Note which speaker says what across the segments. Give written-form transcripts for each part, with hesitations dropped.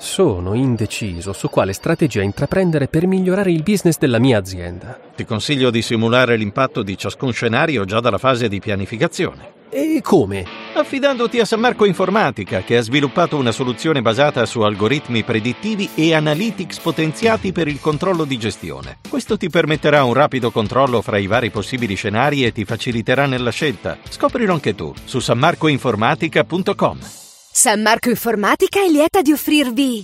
Speaker 1: Sono indeciso su quale strategia intraprendere per migliorare il business della mia azienda.
Speaker 2: Ti consiglio di simulare l'impatto di ciascun scenario già dalla fase di pianificazione.
Speaker 1: E come?
Speaker 2: Affidandoti a San Marco Informatica, che ha sviluppato una soluzione basata su algoritmi predittivi e analytics potenziati per il controllo di gestione. Questo ti permetterà un rapido controllo fra i vari possibili scenari e ti faciliterà nella scelta. Scoprilo anche tu su sanmarcoinformatica.com.
Speaker 3: San Marco Informatica è lieta di offrirvi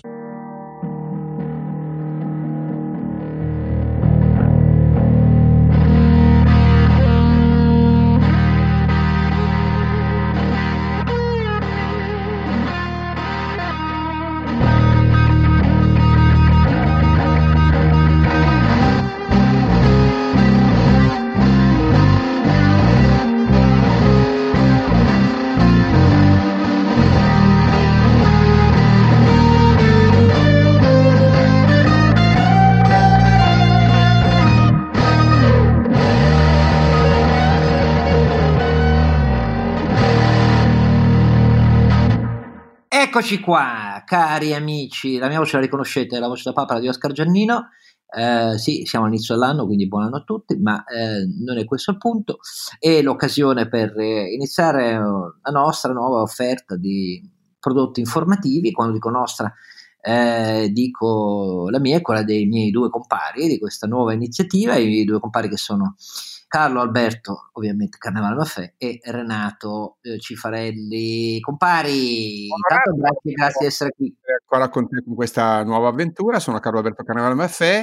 Speaker 4: Eccoci qua, cari amici, la mia voce la riconoscete, la voce da papera di Oscar Giannino. Sì, siamo all'inizio dell'anno, quindi buon anno a tutti, ma non è questo il punto. È l'occasione per iniziare la nostra nuova offerta di prodotti informativi. Quando dico nostra, dico la mia e quella dei miei due compari di questa nuova iniziativa, i miei due compari che sono Carlo Alberto, ovviamente Carnevale Maffè, e Renato Cifarelli. Compari, intanto grazie di essere qui.
Speaker 5: Ancora con te con questa nuova avventura. Sono Carlo Alberto Carnevale Maffè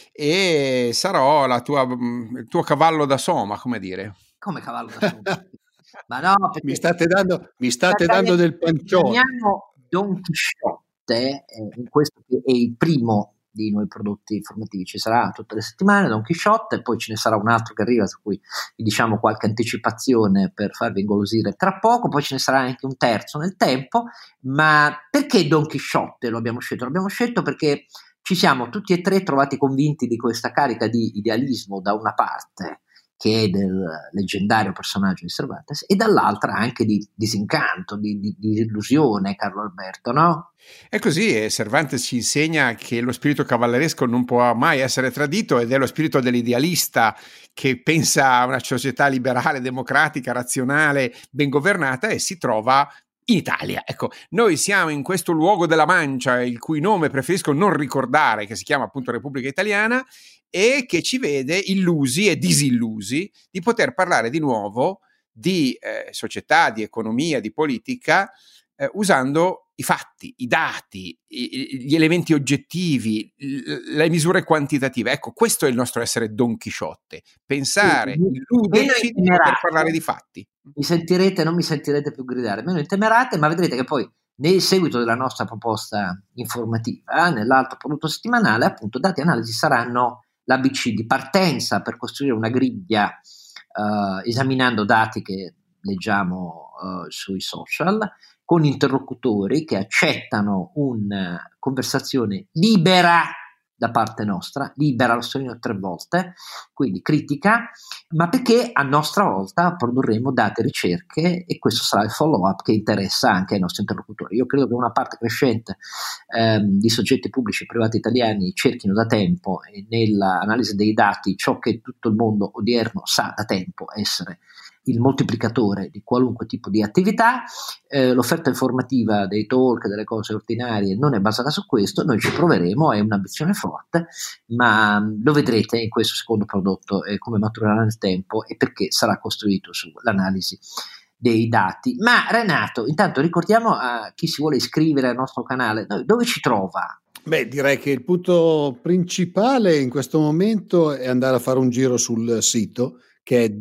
Speaker 5: e sarò il tuo cavallo da soma, come dire.
Speaker 4: Come cavallo da soma? Ma no,
Speaker 5: mi state dando del pancione.
Speaker 4: Chiamiamo Don Chisciotte, in questo che è il primo di noi prodotti informativi. Ci sarà tutte le settimane Don Chisciotte, poi ce ne sarà un altro che arriva, su cui vi diciamo qualche anticipazione per farvi ingolosire tra poco, poi ce ne sarà anche un terzo nel tempo. Ma perché Don Chisciotte lo abbiamo scelto? Lo abbiamo scelto perché ci siamo tutti e tre trovati convinti di questa carica di idealismo da una parte, che è del leggendario personaggio di Cervantes, e dall'altra anche di disincanto, di illusione, Carlo Alberto, no?
Speaker 5: È così, e Cervantes ci insegna che lo spirito cavalleresco non può mai essere tradito, ed è lo spirito dell'idealista che pensa a una società liberale, democratica, razionale, ben governata, e si trova in Italia. Ecco, noi siamo in questo luogo della Mancia, il cui nome preferisco non ricordare, che si chiama appunto Repubblica Italiana, e che ci vede illusi e disillusi di poter parlare di nuovo di società, di economia, di politica, usando i fatti, i dati, gli elementi oggettivi, le misure quantitative. Ecco, questo è il nostro essere Don Chisciotte, pensare, illuderci di poter parlare di fatti.
Speaker 4: Non mi sentirete più gridare, meno intemerate, ma vedrete che poi nel seguito della nostra proposta informativa, nell'altro prodotto settimanale, appunto, dati e analisi saranno l'ABC di partenza per costruire una griglia, esaminando dati che leggiamo sui social, con interlocutori che accettano una conversazione libera da parte nostra, libera, lo sottolineo 3 volte, quindi critica, ma perché a nostra volta produrremo date e ricerche, e questo sarà il follow-up che interessa anche ai nostri interlocutori. Io credo che una parte crescente di soggetti pubblici e privati italiani cerchino da tempo, nell'analisi dei dati, ciò che tutto il mondo odierno sa da tempo essere il moltiplicatore di qualunque tipo di attività. L'offerta informativa dei talk, delle cose ordinarie, non è basata su questo. Noi ci proveremo, è un'ambizione forte, ma lo vedrete in questo secondo prodotto, come maturerà nel tempo e perché sarà costruito sull'analisi dei dati. Ma Renato, intanto ricordiamo a chi si vuole iscrivere al nostro canale, dove ci trova?
Speaker 6: Beh, direi che il punto principale in questo momento è andare a fare un giro sul sito, che è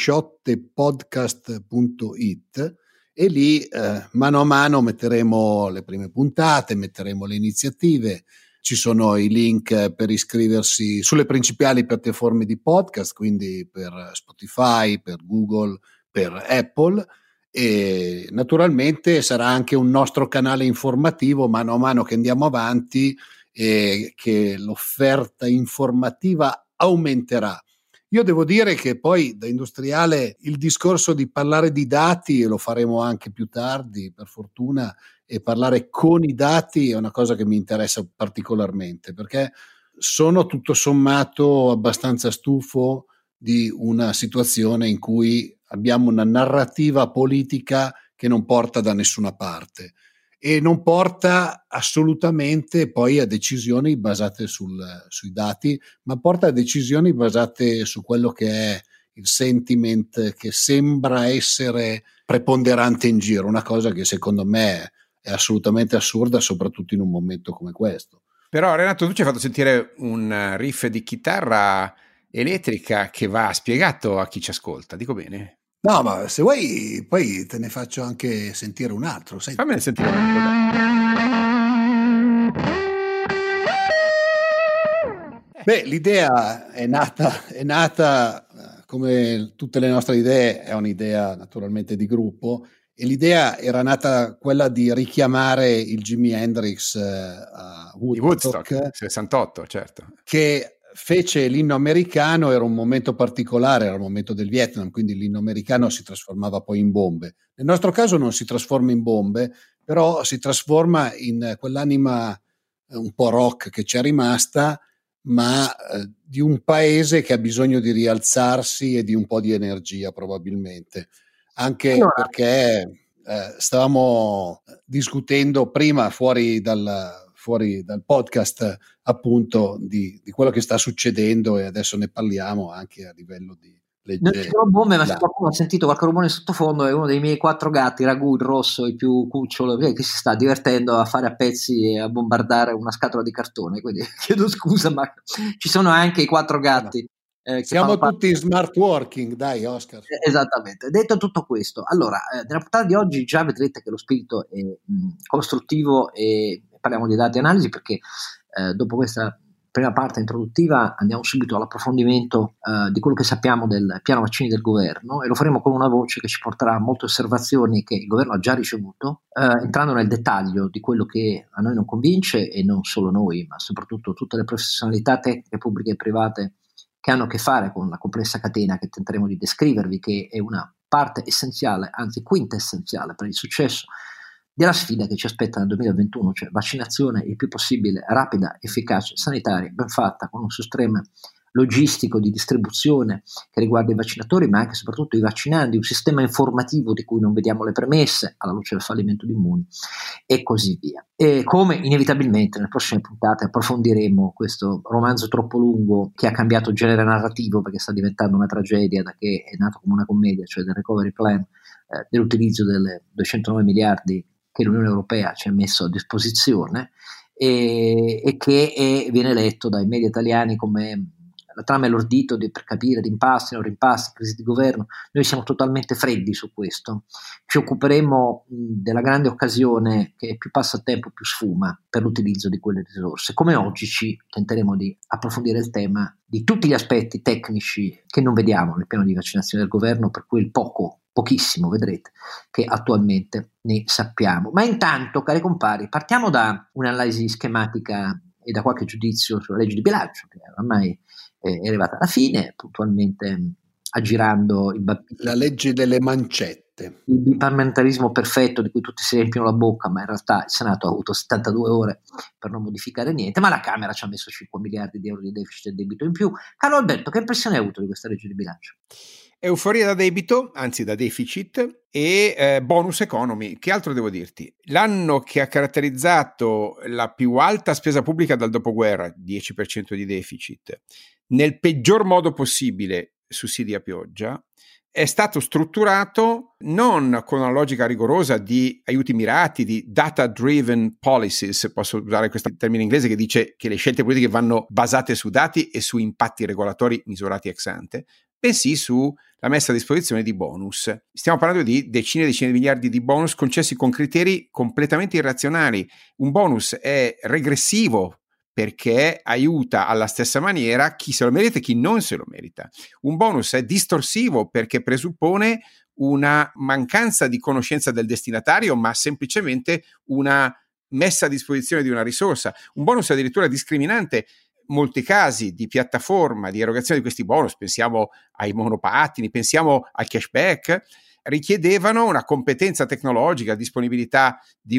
Speaker 6: donchisciottepodcast.it, e lì mano a mano metteremo le prime puntate, metteremo le iniziative, ci sono i link per iscriversi sulle principali piattaforme di podcast, quindi per Spotify, per Google, per Apple, e naturalmente sarà anche un nostro canale informativo mano a mano che andiamo avanti e che l'offerta informativa aumenterà. Io devo dire che poi da industriale il discorso di parlare di dati, e lo faremo anche più tardi per fortuna, e parlare con i dati è una cosa che mi interessa particolarmente, perché sono tutto sommato abbastanza stufo di una situazione in cui abbiamo una narrativa politica che non porta da nessuna parte e non porta assolutamente poi a decisioni basate sui dati, ma porta a decisioni basate su quello che è il sentiment che sembra essere preponderante in giro, una cosa che secondo me è assolutamente assurda, soprattutto in un momento come questo.
Speaker 5: Però Renato, tu ci hai fatto sentire un riff di chitarra elettrica che va spiegato a chi ci ascolta, dico bene?
Speaker 6: No, ma se vuoi poi te ne faccio anche sentire un altro.
Speaker 5: Fammene sentire un altro, dai.
Speaker 6: Beh, l'idea è nata come tutte le nostre idee, è un'idea naturalmente di gruppo, e l'idea era nata quella di richiamare il Jimi Hendrix a
Speaker 5: Woodstock 68, certo.
Speaker 6: Che fece l'inno americano, era un momento particolare, era il momento del Vietnam, quindi l'inno americano si trasformava poi in bombe. Nel nostro caso non si trasforma in bombe, però si trasforma in quell'anima un po' rock che c'è rimasta, ma di un paese che ha bisogno di rialzarsi e di un po' di energia probabilmente, anche perché stavamo discutendo prima fuori dal podcast appunto di quello che sta succedendo, e adesso ne parliamo anche a livello di legge.
Speaker 4: Non ci sono bombe, ma se qualcuno ha sentito qualche rumore in sottofondo è uno dei miei 4 gatti, Ragù, il rosso, il più cucciolo, che si sta divertendo a fare a pezzi e a bombardare una scatola di cartone, quindi chiedo scusa, ma ci sono anche i 4 gatti.
Speaker 6: Siamo tutti smart working, dai Oscar.
Speaker 4: Esattamente. Detto tutto questo, allora, nella puntata di oggi già vedrete che lo spirito è costruttivo e parliamo di dati e analisi, perché dopo questa prima parte introduttiva andiamo subito all'approfondimento di quello che sappiamo del piano vaccini del governo, e lo faremo con una voce che ci porterà a molte osservazioni che il governo ha già ricevuto, entrando nel dettaglio di quello che a noi non convince, e non solo noi, ma soprattutto tutte le professionalità tecniche, pubbliche e private che hanno a che fare con la complessa catena che tenteremo di descrivervi, che è una parte essenziale, anzi quintessenziale per il successo della sfida che ci aspetta nel 2021, cioè vaccinazione il più possibile rapida, efficace, sanitaria, ben fatta, con un sistema logistico di distribuzione che riguarda i vaccinatori, ma anche e soprattutto i vaccinandi, un sistema informativo di cui non vediamo le premesse alla luce del fallimento di Immuni, e così via. E come inevitabilmente nelle prossime puntate approfondiremo questo romanzo troppo lungo che ha cambiato genere narrativo perché sta diventando una tragedia da che è nato come una commedia, cioè del recovery plan, dell'utilizzo delle 209 miliardi che l'Unione Europea ci ha messo a disposizione, e che viene letto dai media italiani come la trama è l'ordito per capire rimpasti, non rimpasti, crisi di governo. Noi siamo totalmente freddi su questo. Ci occuperemo della grande occasione che più passa il tempo più sfuma per l'utilizzo di quelle risorse. Come oggi ci tenteremo di approfondire il tema di tutti gli aspetti tecnici che non vediamo nel piano di vaccinazione del governo, per quel pochissimo, vedrete, che attualmente ne sappiamo. Ma intanto, cari compari, partiamo da un'analisi schematica e da qualche giudizio sulla legge di bilancio, che ormai è arrivata alla fine, puntualmente aggirando
Speaker 6: la legge delle mancette,
Speaker 4: il biparlamentarismo perfetto di cui tutti si riempiono la bocca, ma in realtà il Senato ha avuto 72 ore per non modificare niente, ma la Camera ci ha messo 5 miliardi di euro di deficit e debito in più. Carlo Alberto, che impressione hai avuto di questa legge di bilancio?
Speaker 5: Euforia da debito, anzi da deficit, e bonus economy. Che altro devo dirti? L'anno che ha caratterizzato la più alta spesa pubblica dal dopoguerra, 10% di deficit, nel peggior modo possibile, sussidi a pioggia, è stato strutturato non con una logica rigorosa di aiuti mirati, di data-driven policies, posso usare questo termine inglese che dice che le scelte politiche vanno basate su dati e su impatti regolatori misurati ex ante, bensì sulla messa a disposizione di bonus. Stiamo parlando di decine e decine di miliardi di bonus concessi con criteri completamente irrazionali. Un bonus è regressivo perché aiuta alla stessa maniera chi se lo merita e chi non se lo merita. Un bonus è distorsivo perché presuppone una mancanza di conoscenza del destinatario, ma semplicemente una messa a disposizione di una risorsa. Un bonus è addirittura discriminante. Molti casi di piattaforma di erogazione di questi bonus, pensiamo ai monopattini, pensiamo al cashback, richiedevano una competenza tecnologica, disponibilità di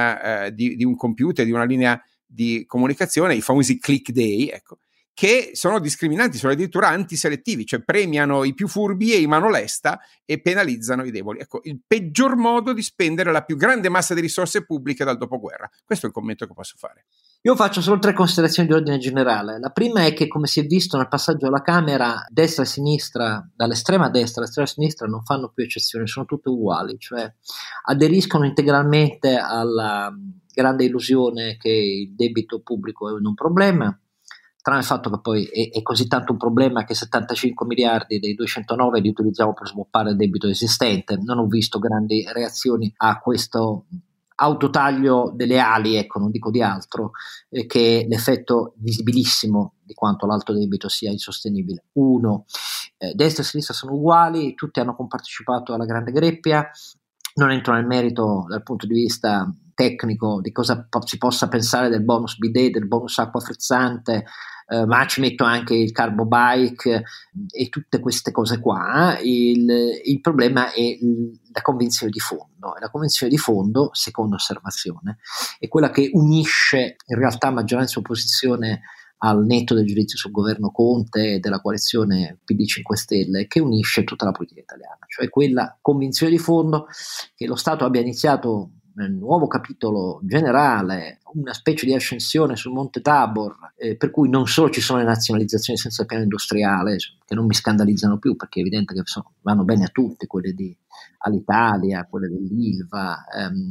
Speaker 5: un computer, di una linea di comunicazione, i famosi click day, ecco, che sono discriminanti, sono addirittura antiselettivi, cioè premiano i più furbi e i mano lesta e penalizzano i deboli. Ecco, il peggior modo di spendere la più grande massa di risorse pubbliche dal dopoguerra. Questo è il commento che posso fare.
Speaker 4: Io faccio solo 3 considerazioni di ordine generale. La prima è che, come si è visto nel passaggio alla Camera, destra e sinistra, dall'estrema destra all'estrema sinistra, non fanno più eccezioni, sono tutte uguali, cioè aderiscono integralmente alla grande illusione che il debito pubblico è un problema, tranne il fatto che poi è così tanto un problema che 75 miliardi dei 209 li utilizziamo per smoppare il debito esistente. Non ho visto grandi reazioni a questo autotaglio delle ali, ecco, non dico di altro, che è l'effetto visibilissimo di quanto l'alto debito sia insostenibile. Uno, destra e sinistra sono uguali, tutti hanno compartecipato alla grande greppia. Non entro nel merito dal punto di vista tecnico di cosa si possa pensare del bonus bidet, del bonus acqua frizzante, ma ci metto anche il carbo bike e tutte queste cose qua. Il problema è la convinzione di fondo, e la convinzione di fondo, seconda osservazione, è quella che unisce in realtà maggioranza e opposizione al netto del giudizio sul governo Conte e della coalizione PD 5 Stelle, che unisce tutta la politica italiana, cioè quella convinzione di fondo che lo Stato abbia iniziato nel nuovo capitolo generale una specie di ascensione sul Monte Tabor, per cui non solo ci sono le nazionalizzazioni senza piano industriale, che non mi scandalizzano più perché è evidente che vanno bene a tutti, quelle di Alitalia, quelle dell'Ilva,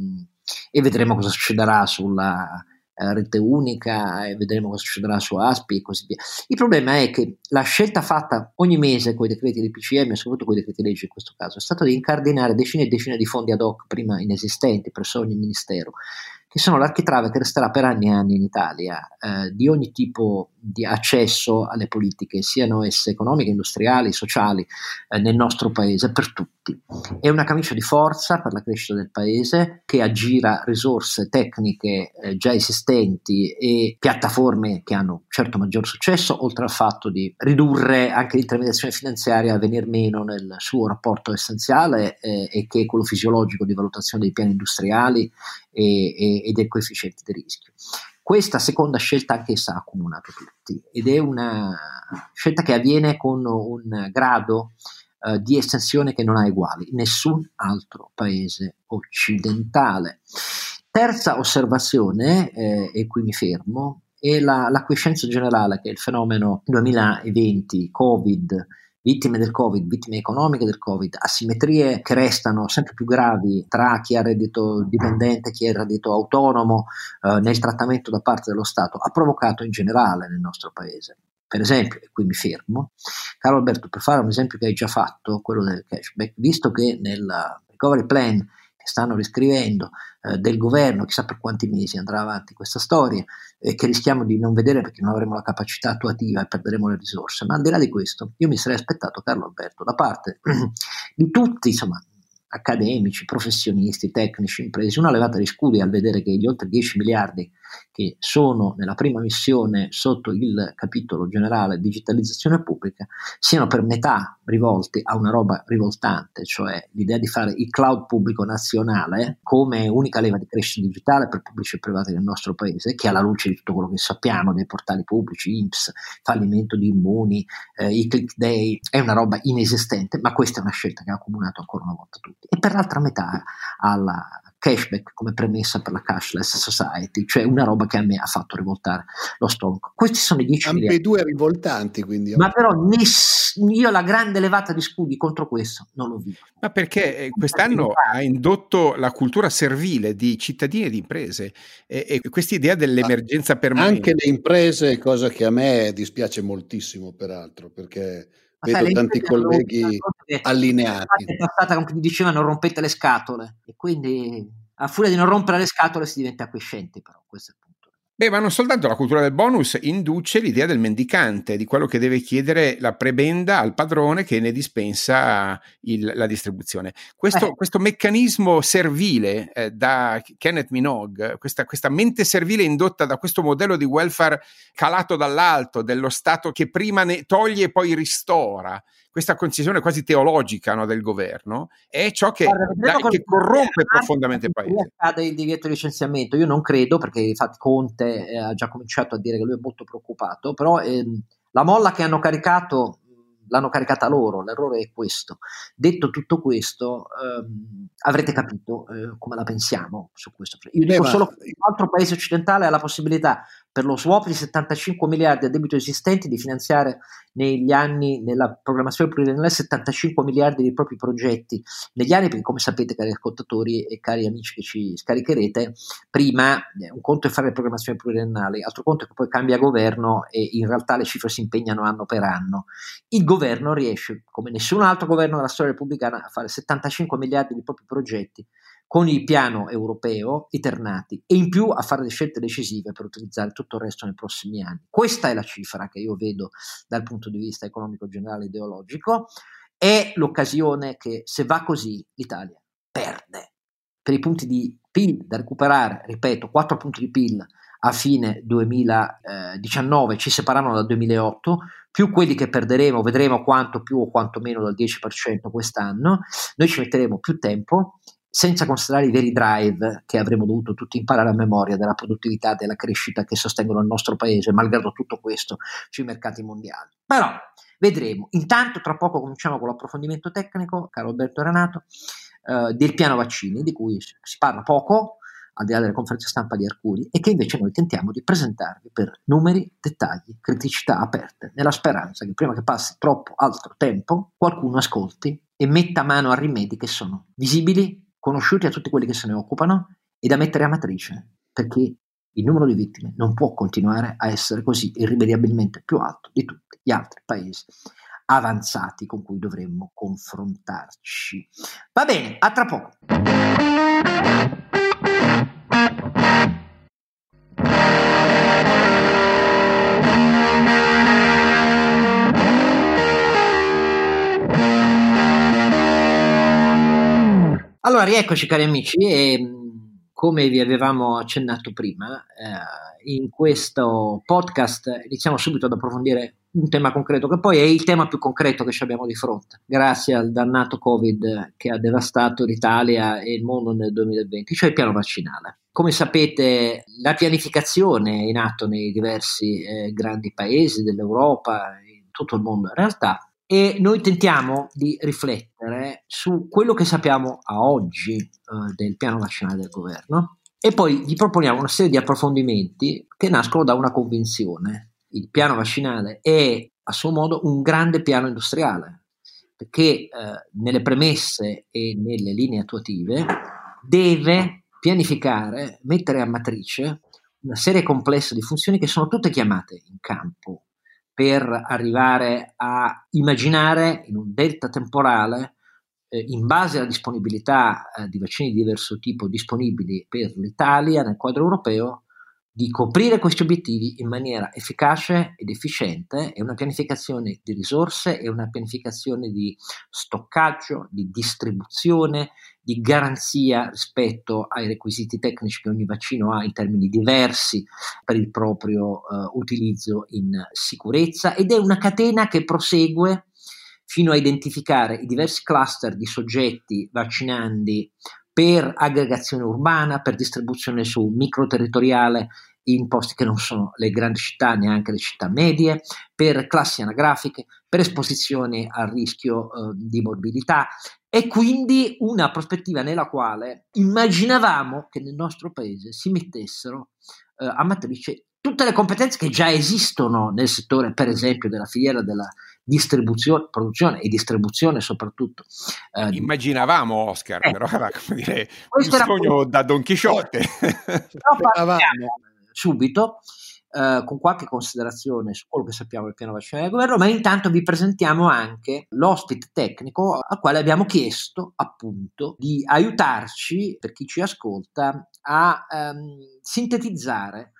Speaker 4: e vedremo cosa succederà sulla rete unica e vedremo cosa succederà su ASPI e così via. Il problema è che la scelta fatta ogni mese con i decreti di PCM e soprattutto con i decreti legge in questo caso è stata di incardinare decine e decine di fondi ad hoc prima inesistenti presso ogni ministero, che sono l'architrave che resterà per anni e anni in Italia di ogni tipo di accesso alle politiche, siano esse economiche, industriali, sociali, nel nostro paese, per tutti. È una camicia di forza per la crescita del paese che aggira risorse tecniche già esistenti e piattaforme che hanno certo maggior successo, oltre al fatto di ridurre anche l'intermediazione finanziaria a venir meno nel suo rapporto essenziale e che è quello fisiologico di valutazione dei piani industriali e del coefficiente di rischio. Questa seconda scelta anch'essa ha accomunato tutti ed è una scelta che avviene con un grado di estensione che non ha eguali in nessun altro paese occidentale. Terza osservazione, e qui mi fermo, è la quiescenza generale che il fenomeno 2020, Covid, vittime del Covid, vittime economiche del Covid, asimmetrie che restano sempre più gravi tra chi ha reddito dipendente e chi ha reddito autonomo nel trattamento da parte dello Stato, ha provocato in generale nel nostro paese. Per esempio, e qui mi fermo, caro Alberto, per fare un esempio che hai già fatto, quello del cashback, visto che nel recovery plan che stanno riscrivendo del governo, chissà per quanti mesi andrà avanti questa storia, che rischiamo di non vedere perché non avremo la capacità attuativa e perderemo le risorse, ma al di là di questo io mi sarei aspettato, Carlo Alberto, da parte di tutti, insomma, accademici, professionisti, tecnici, imprese, una levata di scudi al vedere che gli oltre 10 miliardi che sono nella prima missione sotto il capitolo generale digitalizzazione pubblica siano per metà rivolti a una roba rivoltante, cioè l'idea di fare il cloud pubblico nazionale come unica leva di crescita digitale per pubblici e privati nel nostro paese, che alla luce di tutto quello che sappiamo dei portali pubblici, INPS, fallimento di Immuni, i click day, è una roba inesistente, ma questa è una scelta che ha accomunato ancora una volta tutti. E per l'altra metà alla cashback come premessa per la cashless society, cioè una roba che a me ha fatto rivoltare lo stomaco. Questi sono i 10 miliardi.
Speaker 6: Ambedue rivoltanti, quindi.
Speaker 4: Ma però io la grande levata di scudi contro questo non l'ho visto.
Speaker 5: Ma perché quest'anno ha indotto la cultura servile di cittadini e di imprese e questa idea dell'emergenza permanente.
Speaker 6: Anche le imprese, cosa che a me dispiace moltissimo peraltro, perché vedo tanti colleghi allineati.
Speaker 4: È passata come dicevano, non rompete le scatole, e quindi a furia di non rompere le scatole si diventa acquiescenti, però questo è il punto.
Speaker 5: Beh, ma non soltanto la cultura del bonus induce l'idea del mendicante, di quello che deve chiedere la prebenda al padrone che ne dispensa la distribuzione. Questo meccanismo servile da Kenneth Minogue, questa mente servile indotta da questo modello di welfare calato dall'alto, dello Stato che prima ne toglie e poi ristora, questa concezione quasi teologica, no, del governo, è ciò che corrompe profondamente il paese.
Speaker 4: Accade il divieto di licenziamento? Io non credo, perché infatti Conte ha già cominciato a dire che lui è molto preoccupato, però la molla che hanno caricato l'hanno caricata loro, l'errore è questo. Detto tutto questo, avrete capito come la pensiamo su questo. Io dico solo che un altro paese occidentale ha la possibilità, per lo swap di 75 miliardi a debito esistenti, di finanziare negli anni, nella programmazione pluriennale, 75 miliardi dei propri progetti negli anni, perché come sapete, cari ascoltatori e cari amici che ci scaricherete, prima un conto è fare le programmazioni pluriennali, altro conto è che poi cambia governo e in realtà le cifre si impegnano anno per anno. Il governo riesce, come nessun altro governo della storia repubblicana, a fare 75 miliardi di propri progetti con il piano europeo eternati e in più a fare le scelte decisive per utilizzare tutto il resto nei prossimi anni. Questa è la cifra che io vedo dal punto di vista economico generale ideologico. È l'occasione che, se va così, l'Italia perde. Per i punti di PIL da recuperare, ripeto, 4 punti di PIL a fine 2019 ci separavano dal 2008, più quelli che perderemo, vedremo quanto più o quanto meno del 10% quest'anno. Noi ci metteremo più tempo, senza considerare i veri drive che avremmo dovuto tutti imparare a memoria, della produttività, della crescita, che sostengono il nostro paese, malgrado tutto questo, sui mercati mondiali. Però vedremo. Intanto tra poco cominciamo con l'approfondimento tecnico, caro Alberto e Renato, del piano vaccini, di cui si parla poco, al di là delle conferenze stampa di Arcuri, e che invece noi tentiamo di presentarvi per numeri, dettagli, criticità aperte, nella speranza che prima che passi troppo altro tempo qualcuno ascolti e metta mano a rimedi che sono visibili, conosciuti a tutti quelli che se ne occupano e da mettere a matrice, perché il numero di vittime non può continuare a essere così irrimediabilmente più alto di tutti gli altri paesi avanzati con cui dovremmo confrontarci. Va bene, a tra poco. Allora, rieccoci cari amici, e come vi avevamo accennato prima, in questo podcast iniziamo subito ad approfondire un tema concreto, che poi è il tema più concreto che ci abbiamo di fronte, grazie al dannato Covid che ha devastato l'Italia e il mondo nel 2020, cioè il piano vaccinale. Come sapete, la pianificazione è in atto nei diversi grandi paesi dell'Europa, in tutto il mondo in realtà, e noi tentiamo di riflettere su quello che sappiamo a oggi del piano vaccinale del governo, e poi vi proponiamo una serie di approfondimenti che nascono da una convinzione. Il piano vaccinale è a suo modo un grande piano industriale, perché nelle premesse e nelle linee attuative deve pianificare, mettere a matrice una serie complessa di funzioni che sono tutte chiamate in campo per arrivare a immaginare in un delta temporale, in base alla disponibilità di vaccini di diverso tipo disponibili per l'Italia nel quadro europeo, di coprire questi obiettivi in maniera efficace ed efficiente. È una pianificazione di risorse, è una pianificazione di stoccaggio, di distribuzione, di garanzia rispetto ai requisiti tecnici che ogni vaccino ha in termini diversi per il proprio utilizzo in sicurezza, ed è una catena che prosegue fino a identificare i diversi cluster di soggetti vaccinandi per aggregazione urbana, per distribuzione su microterritoriale in posti che non sono le grandi città, neanche le città medie, per classi anagrafiche, per esposizione al rischio di morbidità, e quindi una prospettiva nella quale immaginavamo che nel nostro paese si mettessero a matrice tutte le competenze che già esistono nel settore, per esempio, della filiera della distribuzione, produzione e distribuzione soprattutto.
Speaker 5: Immaginavamo, Oscar, però era, come dire, un sogno da Don Chisciotte.
Speaker 4: Però parliamo subito con qualche considerazione su quello che sappiamo del piano vaccinale del governo, ma intanto vi presentiamo anche l'ospite tecnico al quale abbiamo chiesto appunto di aiutarci, per chi ci ascolta, a sintetizzare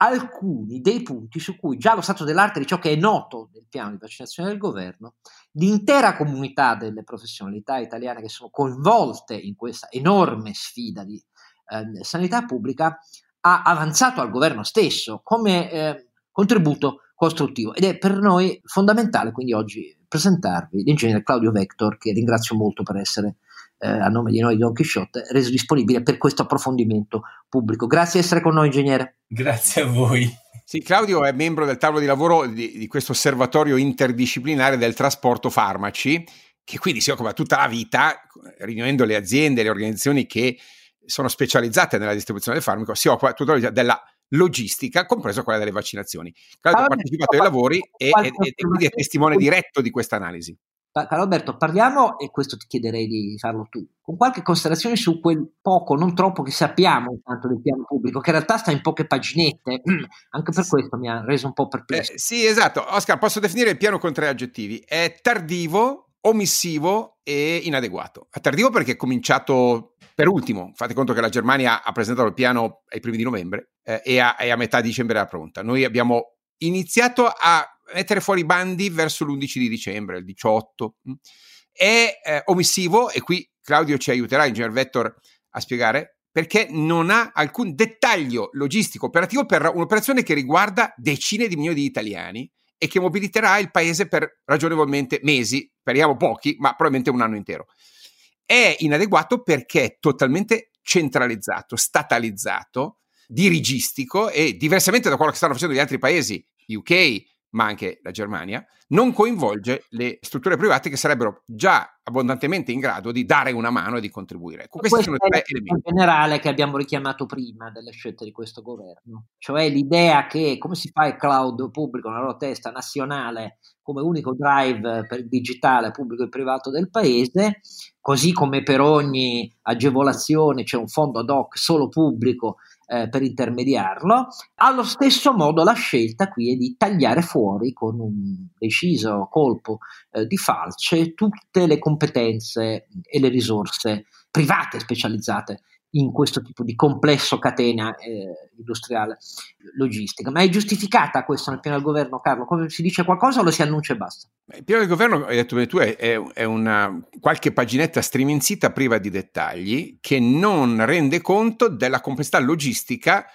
Speaker 4: alcuni dei punti su cui già lo stato dell'arte di ciò che è noto del piano di vaccinazione del governo, l'intera comunità delle professionalità italiane che sono coinvolte in questa enorme sfida di sanità pubblica ha avanzato al governo stesso come contributo costruttivo, ed è per noi fondamentale quindi oggi presentarvi l'ingegnere Claudio Vector, che ringrazio molto per essere a nome di noi di Don Chisciotte reso disponibile per questo approfondimento pubblico. Grazie di essere con noi, ingegnere.
Speaker 7: Grazie a voi.
Speaker 5: Sì, Claudio è membro del tavolo di lavoro di questo osservatorio interdisciplinare del trasporto farmaci, che quindi si occupa tutta la vita, riunendo le aziende, le organizzazioni che sono specializzate nella distribuzione del farmaco, si occupa tutta la vita della logistica, compreso quella delle vaccinazioni. Claudio ha partecipato ai lavori e quindi è testimone diretto di questa analisi.
Speaker 4: Caro Alberto, parliamo, e questo ti chiederei di farlo tu, con qualche considerazione su quel poco, non troppo, che sappiamo intanto del piano pubblico, che in realtà sta in poche paginette, anche per questo mi ha reso un po' perplesso.
Speaker 5: Sì, esatto. Oscar, posso definire il piano con 3 aggettivi. È tardivo, omissivo e inadeguato. È tardivo perché è cominciato per ultimo. Fate conto che la Germania ha presentato il piano ai primi di novembre e a metà dicembre era pronta. Noi abbiamo iniziato a mettere fuori i bandi verso l'11 di dicembre, il 18. È omissivo, e qui Claudio ci aiuterà, Ingegner Vector, a spiegare, perché non ha alcun dettaglio logistico operativo per un'operazione che riguarda decine di milioni di italiani e che mobiliterà il paese per ragionevolmente mesi, speriamo pochi, ma probabilmente un anno intero. È inadeguato perché è totalmente centralizzato, statalizzato, dirigistico, e diversamente da quello che stanno facendo gli altri paesi, UK, ma anche la Germania, non coinvolge le strutture private che sarebbero già abbondantemente in grado di dare una mano e di contribuire. Questi sono 3 elementi.
Speaker 4: In generale che abbiamo richiamato prima delle scelte di questo governo, cioè l'idea che come si fa il cloud pubblico nella loro testa nazionale come unico drive per il digitale pubblico e privato del paese, così come per ogni agevolazione c'è un fondo ad hoc solo pubblico per intermediarlo. Allo stesso modo la scelta qui è di tagliare fuori con un deciso colpo di falce tutte le competenze e le risorse private specializzate in questo tipo di complesso catena industriale logistica. Ma è giustificata questo nel piano del governo, Carlo? Come si dice qualcosa o lo si annuncia e basta?
Speaker 5: Il piano del governo, hai detto bene tu, è una qualche paginetta striminzita priva di dettagli che non rende conto della complessità logistica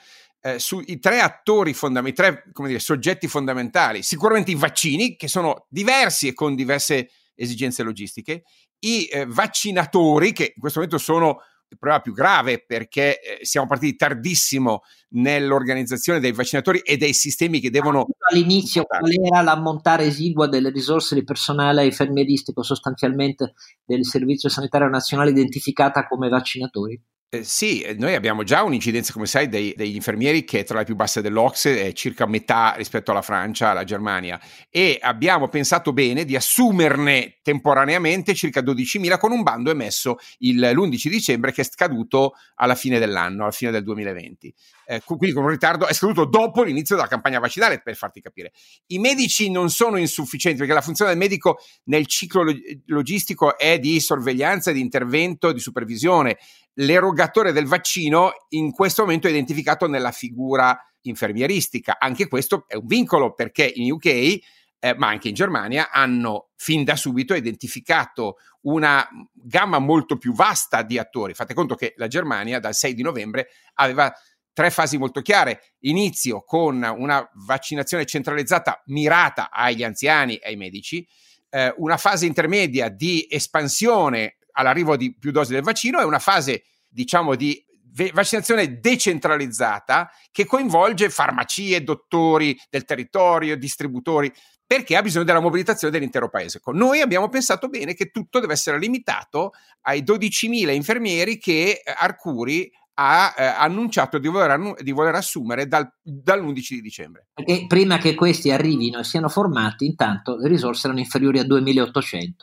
Speaker 5: sui 3 attori fondamentali, 3 soggetti fondamentali. Sicuramente i vaccini, che sono diversi e con diverse esigenze logistiche, i vaccinatori, che in questo momento sono il problema più grave perché siamo partiti tardissimo nell'organizzazione dei vaccinatori e dei sistemi che devono...
Speaker 4: All'inizio qual era l'ammontare esigua delle risorse di personale infermieristico sostanzialmente del Servizio Sanitario Nazionale identificata come vaccinatori?
Speaker 5: Sì, noi abbiamo già un'incidenza, come sai, degli infermieri che è tra le più basse dell'OCSE, è circa metà rispetto alla Francia, alla Germania, e abbiamo pensato bene di assumerne temporaneamente circa 12.000 con un bando emesso l'11 dicembre che è scaduto alla fine dell'anno, alla fine del 2020. Quindi con un ritardo, è scaduto dopo l'inizio della campagna vaccinale, per farti capire. I medici non sono insufficienti perché la funzione del medico nel ciclo logistico è di sorveglianza, di intervento, di supervisione. L'erogatore del vaccino in questo momento è identificato nella figura infermieristica. Anche questo è un vincolo perché in UK, ma anche in Germania, hanno fin da subito identificato una gamma molto più vasta di attori. Fate conto che la Germania dal 6 di novembre aveva 3 fasi molto chiare. Inizio con una vaccinazione centralizzata mirata agli anziani e ai medici, una fase intermedia di espansione all'arrivo di più dosi del vaccino e una fase, diciamo, di vaccinazione decentralizzata che coinvolge farmacie, dottori del territorio, distributori, perché ha bisogno della mobilitazione dell'intero paese. Noi abbiamo pensato bene che tutto deve essere limitato ai 12.000 infermieri che Arcuri ha annunciato di voler assumere dall'11 di dicembre.
Speaker 4: Perché prima che questi arrivino e siano formati, intanto le risorse erano inferiori a 2.800.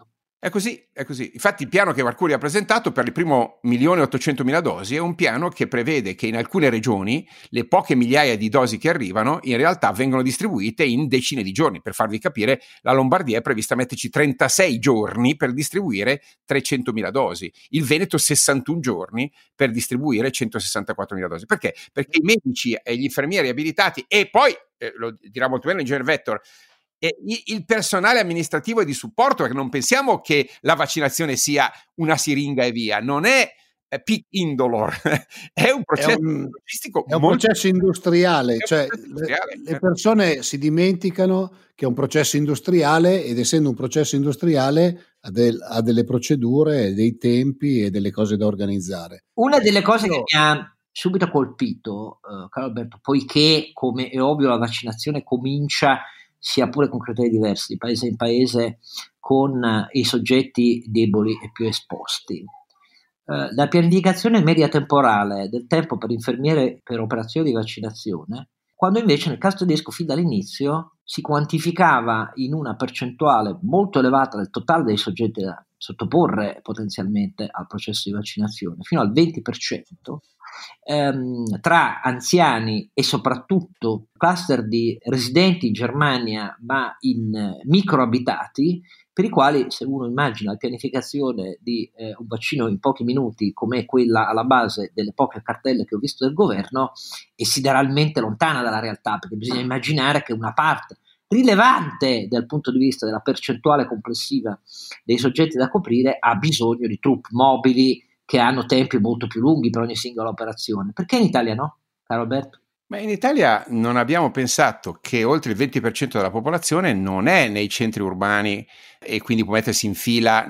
Speaker 5: È così, è così. Infatti il piano che Arcuri ha presentato per il primo 1.800.000 dosi è un piano che prevede che in alcune regioni le poche migliaia di dosi che arrivano in realtà vengono distribuite in decine di giorni. Per farvi capire, la Lombardia è prevista metterci 36 giorni per distribuire 300.000 dosi, il Veneto 61 giorni per distribuire 164.000 dosi. Perché? Perché i medici e gli infermieri abilitati e poi, lo dirà molto bene l'ingegner Vettor, il personale amministrativo e di supporto, perché non pensiamo che la vaccinazione sia una siringa e via, non è pic indolor, è un processo logistico,
Speaker 6: è un processo industriale, cioè
Speaker 5: industriale.
Speaker 6: Le persone si dimenticano che è un processo industriale ed essendo un processo industriale ha delle procedure, dei tempi e delle cose da organizzare.
Speaker 4: Una delle cose che mi ha subito colpito, caro Alberto, poiché come è ovvio la vaccinazione comincia sia pure con criteri diversi di paese in paese con i soggetti deboli e più esposti. La pianificazione media temporale del tempo per infermiere per operazioni di vaccinazione, quando invece nel caso tedesco fin dall'inizio si quantificava in una percentuale molto elevata del totale dei soggetti da sottoporre potenzialmente al processo di vaccinazione, fino al 20%, tra anziani e soprattutto cluster di residenti in Germania ma in microabitati, per i quali se uno immagina la pianificazione di un vaccino in pochi minuti come quella alla base delle poche cartelle che ho visto del governo è sideralmente lontana dalla realtà, perché bisogna immaginare che una parte rilevante dal punto di vista della percentuale complessiva dei soggetti da coprire ha bisogno di troupe mobili che hanno tempi molto più lunghi per ogni singola operazione. Perché in Italia no, caro Alberto?
Speaker 5: Ma in Italia non abbiamo pensato che oltre il 20% della popolazione non è nei centri urbani e quindi può mettersi in fila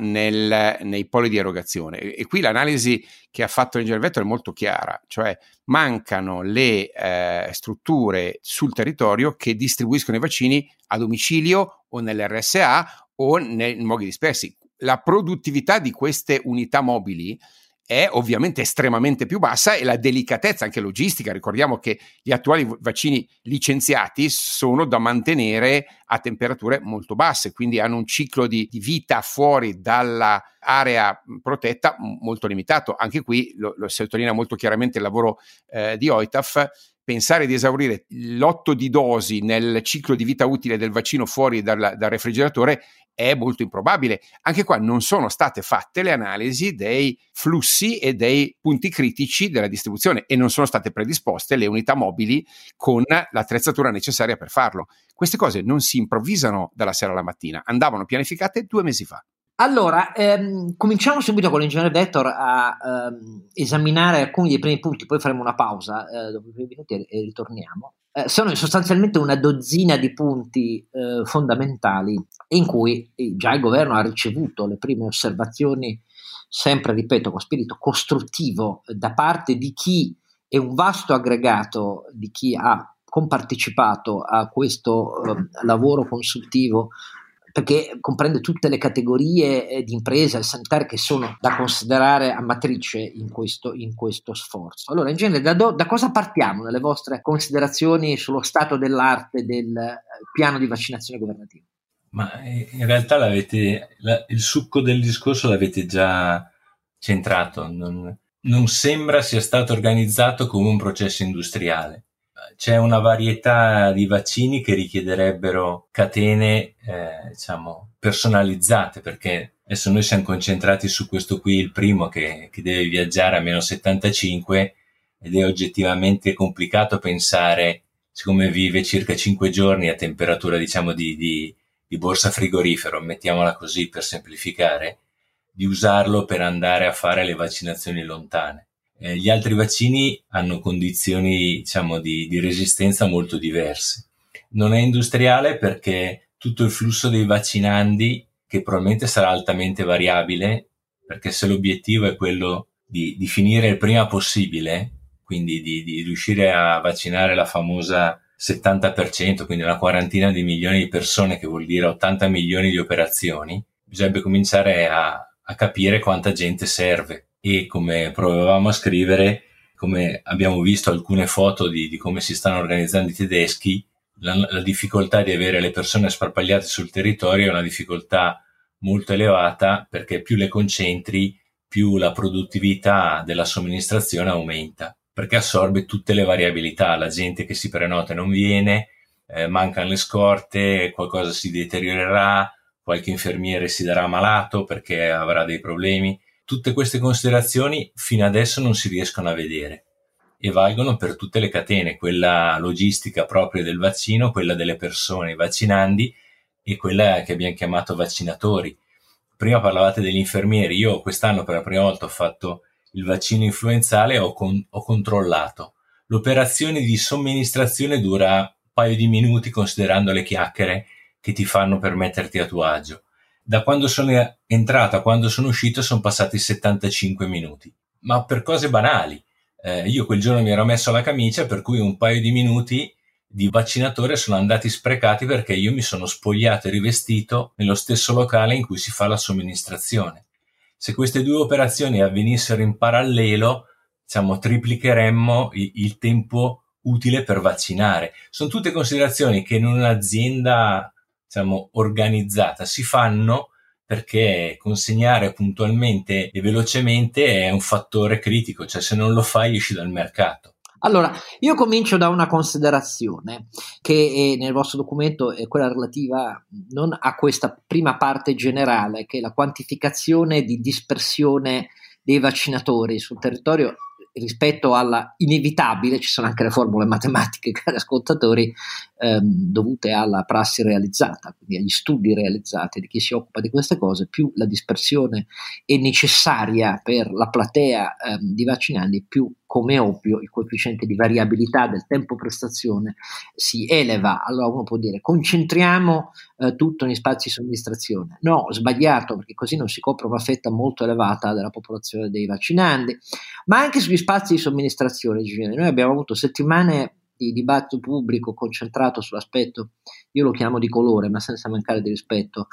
Speaker 5: nei poli di erogazione. E qui l'analisi che ha fatto l'ingegner Vettor è molto chiara, cioè mancano le strutture sul territorio che distribuiscono i vaccini a domicilio o nell'RSA o nei luoghi dispersi. La produttività di queste unità mobili è ovviamente estremamente più bassa e la delicatezza anche logistica, ricordiamo che gli attuali vaccini licenziati sono da mantenere a temperature molto basse, quindi hanno un ciclo di vita fuori dall'area protetta molto limitato. Anche qui lo sottolinea molto chiaramente il lavoro di OITAF. Pensare di esaurire l'8 di dosi nel ciclo di vita utile del vaccino fuori dal refrigeratore è molto improbabile. Anche qua non sono state fatte le analisi dei flussi e dei punti critici della distribuzione e non sono state predisposte le unità mobili con l'attrezzatura necessaria per farlo. Queste cose non si improvvisano dalla sera alla mattina, andavano pianificate 2 mesi fa.
Speaker 4: Allora, cominciamo subito con l'ingegner Vettor a esaminare alcuni dei primi punti, poi faremo una pausa dopo i primi minuti e ritorniamo. Sono sostanzialmente una dozzina di punti fondamentali in cui già il governo ha ricevuto le prime osservazioni, sempre ripeto con spirito costruttivo, da parte di chi è un vasto aggregato di chi ha compartecipato a questo lavoro consultivo, perché comprende tutte le categorie di imprese sanitarie che sono da considerare a matrice in questo sforzo. Allora, in genere, da cosa partiamo nelle vostre considerazioni sullo stato dell'arte del piano di vaccinazione governativo?
Speaker 7: Ma in realtà il succo del discorso l'avete già centrato. Non sembra sia stato organizzato come un processo industriale. C'è una varietà di vaccini che richiederebbero catene personalizzate, perché adesso noi siamo concentrati su questo qui, il primo che deve viaggiare a -75, ed è oggettivamente complicato pensare, siccome vive circa 5 giorni a temperatura di borsa frigorifero, mettiamola così per semplificare, di usarlo per andare a fare le vaccinazioni lontane. Gli altri vaccini hanno condizioni di resistenza molto diverse. Non è industriale perché tutto il flusso dei vaccinandi, che probabilmente sarà altamente variabile, perché se l'obiettivo è quello di finire il prima possibile, quindi di riuscire a vaccinare la famosa 70%, quindi una quarantina di milioni di persone, che vuol dire 80 milioni di operazioni, bisognerebbe cominciare a capire quanta gente serve. E come provavamo a scrivere, come abbiamo visto alcune foto di come si stanno organizzando i tedeschi, la difficoltà di avere le persone sparpagliate sul territorio è una difficoltà molto elevata, perché più le concentri, più la produttività della somministrazione aumenta, perché assorbe tutte le variabilità. La gente che si prenota non viene, mancano le scorte, qualcosa si deteriorerà, qualche infermiere si darà malato perché avrà dei problemi. Tutte queste considerazioni fino adesso non si riescono a vedere e valgono per tutte le catene, quella logistica propria del vaccino, quella delle persone, i vaccinandi, e quella che abbiamo chiamato vaccinatori. Prima parlavate degli infermieri. Io quest'anno per la prima volta ho fatto il vaccino influenzale e ho controllato. L'operazione di somministrazione dura un paio di minuti, considerando le chiacchiere che ti fanno per metterti a tuo agio. Da quando sono entrato a quando sono uscito sono passati 75 minuti, ma per cose banali. Io quel giorno mi ero messo la camicia, per cui un paio di minuti di vaccinatore sono andati sprecati perché io mi sono spogliato e rivestito nello stesso locale in cui si fa la somministrazione. Se queste due operazioni avvenissero in parallelo, triplicheremmo il tempo utile per vaccinare. Sono tutte considerazioni che in un'azienda organizzata si fanno, perché consegnare puntualmente e velocemente è un fattore critico, cioè se non lo fai esci dal mercato.
Speaker 4: Allora, io comincio da una considerazione che nel vostro documento è quella relativa non a questa prima parte generale, che è la quantificazione di dispersione dei vaccinatori sul territorio rispetto alla inevitabile, ci sono anche le formule matematiche, cari ascoltatori, dovute alla prassi realizzata, quindi agli studi realizzati di chi si occupa di queste cose. Più la dispersione è necessaria per la platea di vaccinandi, più, come ovvio, il coefficiente di variabilità del tempo prestazione si eleva. Allora uno può dire concentriamo tutto in spazi di somministrazione. No, sbagliato, perché così non si copre una fetta molto elevata della popolazione dei vaccinandi, ma anche sugli spazi di somministrazione. Noi abbiamo avuto settimane di dibattito pubblico concentrato sull'aspetto, io lo chiamo di colore, ma senza mancare di rispetto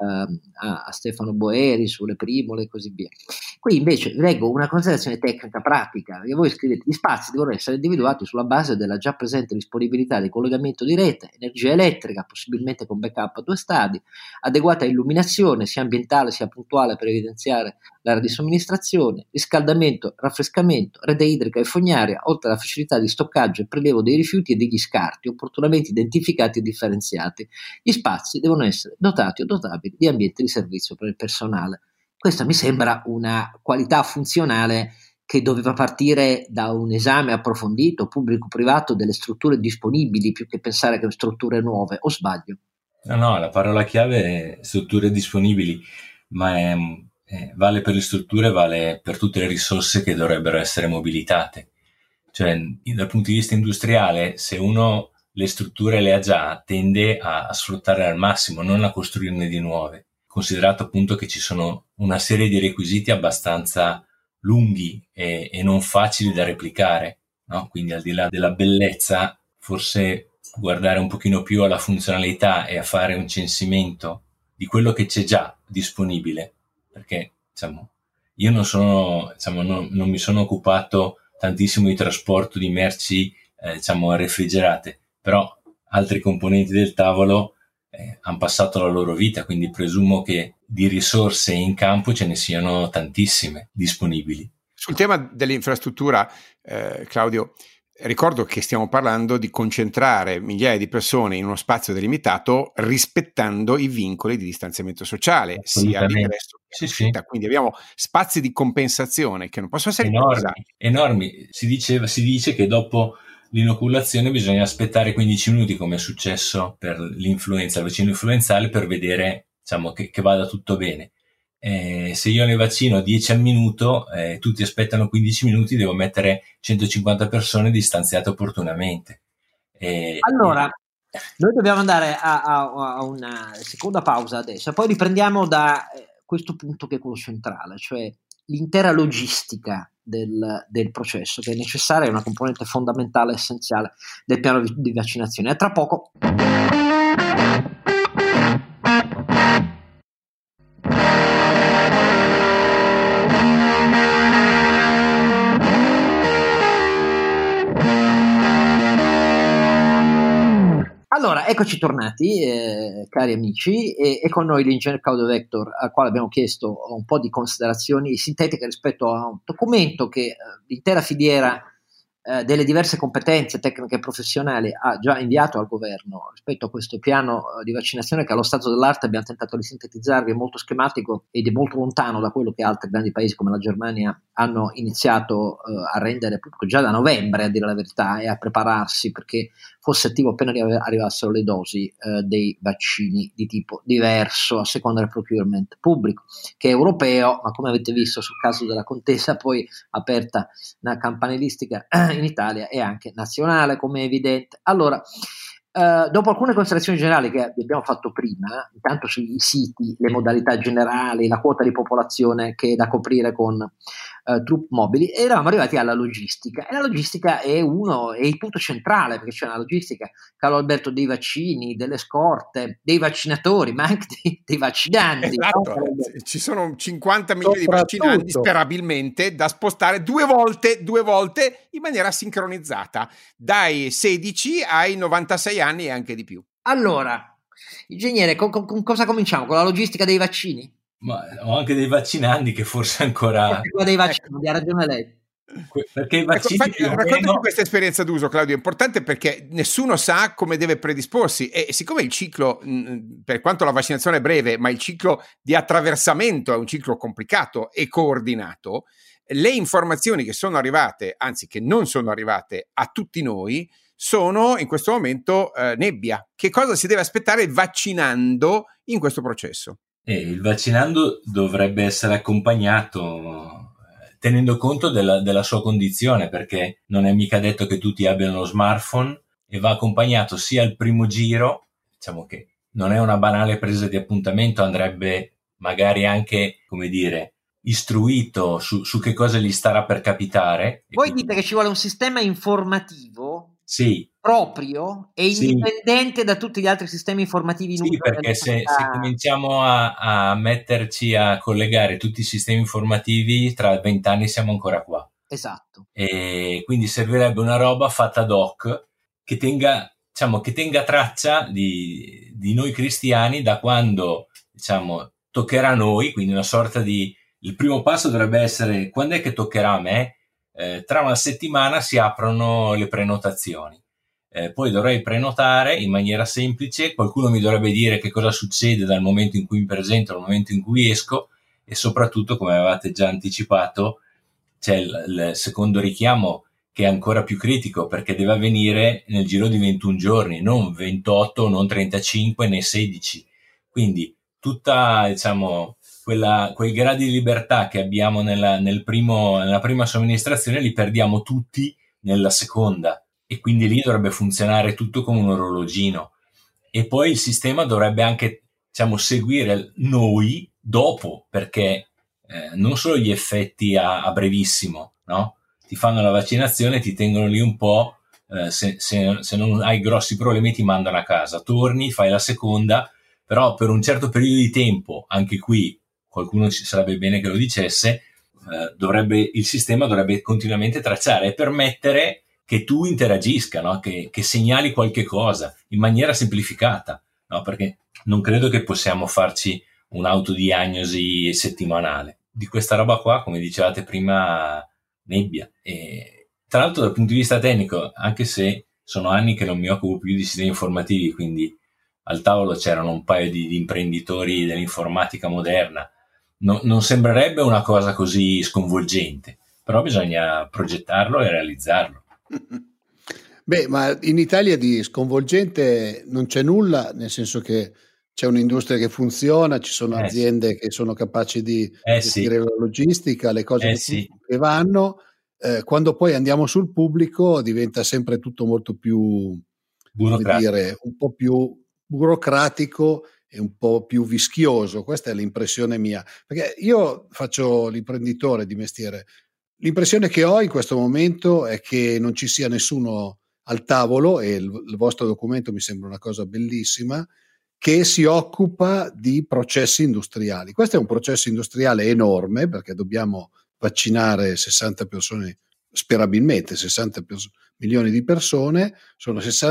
Speaker 4: a Stefano Boeri, sulle primole e così via. Qui invece leggo una considerazione tecnica pratica, che voi scrivete: gli spazi devono essere individuati sulla base della già presente disponibilità di collegamento di rete, energia elettrica, possibilmente con backup a 2 stadi, adeguata illuminazione sia ambientale sia puntuale per evidenziare l'area di somministrazione, riscaldamento, raffrescamento, rete idrica e fognaria, oltre alla facilità di stoccaggio e prelievo dei rifiuti e degli scarti opportunamente identificati e differenziati. Gli spazi devono essere dotati o dotabili di ambienti di servizio per il personale. Questa mi sembra una qualità funzionale che doveva partire da un esame approfondito, pubblico-privato, delle strutture disponibili, più che pensare che strutture nuove, o sbaglio?
Speaker 7: No, la parola chiave è strutture disponibili, ma vale per le strutture, vale per tutte le risorse che dovrebbero essere mobilitate. Cioè, dal punto di vista industriale, se uno le strutture le ha già, tende a sfruttarle al massimo, non a costruirne di nuove. Considerato appunto che ci sono una serie di requisiti abbastanza lunghi e non facili da replicare, no? Quindi al di là della bellezza, forse guardare un pochino più alla funzionalità e a fare un censimento di quello che c'è già disponibile, perché io non mi sono occupato tantissimo di trasporto di merci refrigerate, però altri componenti del tavolo hanno passato la loro vita, quindi presumo che di risorse in campo ce ne siano tantissime disponibili.
Speaker 5: Sul tema dell'infrastruttura, Claudio, ricordo che stiamo parlando di concentrare migliaia di persone in uno spazio delimitato rispettando i vincoli di distanziamento sociale, sia all'ingresso che all'uscita. Sì. Quindi abbiamo spazi di compensazione che non possono essere
Speaker 7: enormi. Si dice che dopo l'inoculazione bisogna aspettare 15 minuti, come è successo per l'influenza, il vaccino influenzale, per vedere che vada tutto bene. Se io ne vaccino 10 al minuto, tutti aspettano 15 minuti, devo mettere 150 persone distanziate opportunamente.
Speaker 4: Allora, noi dobbiamo andare a una seconda pausa adesso, e poi riprendiamo da questo punto che è quello centrale, cioè l'intera logistica del processo, che è necessaria, è una componente fondamentale, essenziale del piano di vaccinazione. A tra poco. Allora, eccoci tornati, cari amici, e con noi l'ingegner Claudio Vector, al quale abbiamo chiesto un po' di considerazioni sintetiche rispetto a un documento che l'intera filiera delle diverse competenze tecniche e professionali ha già inviato al governo rispetto a questo piano di vaccinazione che allo stato dell'arte abbiamo tentato di sintetizzarvi, è molto schematico ed è molto lontano da quello che altri grandi paesi come la Germania hanno iniziato a rendere pubblico già da novembre, a dire la verità, e a prepararsi perché fosse attivo appena arrivassero le dosi dei vaccini di tipo diverso a seconda del procurement pubblico, che è europeo, ma come avete visto sul caso della contesa poi aperta una campanilistica in Italia e anche nazionale, come è evidente. Allora, dopo alcune considerazioni generali che abbiamo fatto prima, intanto sui siti, le modalità generali, la quota di popolazione che è da coprire con truppe mobili, eravamo arrivati alla logistica, e la logistica è il punto centrale, perché c'è una logistica, Carlo Alberto, dei vaccini, delle scorte, dei vaccinatori, ma anche dei vaccinanti.
Speaker 5: Esatto. Ci sono 50 milioni di vaccinanti sperabilmente da spostare due volte in maniera sincronizzata, dai 16 ai 96 anni e anche di più.
Speaker 4: Allora, ingegnere, con cosa cominciamo? Con la logistica dei vaccini?
Speaker 7: Ma ho anche dei vaccinanti che forse ancora...
Speaker 4: Dei vaccini, ha ragione lei.
Speaker 7: Perché i vaccini
Speaker 5: raccontaci questa esperienza d'uso, Claudio, è importante perché nessuno sa come deve predisporsi, e siccome il ciclo, per quanto la vaccinazione è breve, ma il ciclo di attraversamento è un ciclo complicato e coordinato, le informazioni che sono arrivate, anzi che non sono arrivate a tutti noi, sono in questo momento nebbia. Che cosa si deve aspettare vaccinando in questo processo?
Speaker 7: Il vaccinando dovrebbe essere accompagnato tenendo conto della sua condizione, perché non è mica detto che tutti abbiano lo smartphone, e va accompagnato sia al primo giro, diciamo che non è una banale presa di appuntamento, andrebbe magari anche, come dire, istruito su che cosa gli starà per capitare.
Speaker 4: Voi dite che ci vuole un sistema informativo proprio e indipendente da tutti gli altri sistemi informativi.
Speaker 7: Sì, perché se cominciamo a metterci a collegare tutti i sistemi informativi, tra 20 anni siamo ancora qua.
Speaker 4: Esatto.
Speaker 7: E quindi servirebbe una roba fatta ad hoc che tenga traccia di noi cristiani da quando, toccherà a noi, quindi una sorta di... Il primo passo dovrebbe essere: quando è che toccherà a me? Tra una settimana si aprono le prenotazioni, poi dovrei prenotare in maniera semplice, qualcuno mi dovrebbe dire che cosa succede dal momento in cui mi presento al momento in cui esco, e soprattutto, come avevate già anticipato, c'è il secondo richiamo che è ancora più critico, perché deve avvenire nel giro di 21 giorni, non 28, non 35 né 16, quindi tutta, quei gradi di libertà che abbiamo nella prima somministrazione li perdiamo tutti nella seconda, e quindi lì dovrebbe funzionare tutto come un orologino, e poi il sistema dovrebbe anche seguire noi dopo, perché non solo gli effetti a brevissimo, no? Ti fanno la vaccinazione, ti tengono lì un po', se non hai grossi problemi ti mandano a casa, torni, fai la seconda, però per un certo periodo di tempo, anche qui qualcuno ci sarebbe bene che lo dicesse, il sistema dovrebbe continuamente tracciare e permettere che tu interagisca, no? Che segnali qualche cosa in maniera semplificata, no? Perché non credo che possiamo farci un'autodiagnosi settimanale. Di questa roba qua, come dicevate prima, nebbia. E tra l'altro, dal punto di vista tecnico, anche se sono anni che non mi occupo più di sistemi informativi, quindi al tavolo c'erano un paio di imprenditori dell'informatica moderna, non sembrerebbe una cosa così sconvolgente, però bisogna progettarlo e realizzarlo.
Speaker 6: Beh, ma in Italia di sconvolgente non c'è nulla, nel senso che c'è un'industria che funziona, ci sono aziende che sono capaci di gestire la logistica, le cose che vanno. Quando poi andiamo sul pubblico diventa sempre tutto molto più, come dire, un po' più burocratico e un po' più vischioso. Questa è l'impressione mia, perché io faccio l'imprenditore di mestiere. L'impressione che ho in questo momento è che non ci sia nessuno al tavolo, e il vostro documento mi sembra una cosa bellissima, che si occupa di processi industriali. Questo è un processo industriale enorme, perché dobbiamo vaccinare 60 persone, sperabilmente 60 milioni di persone, sono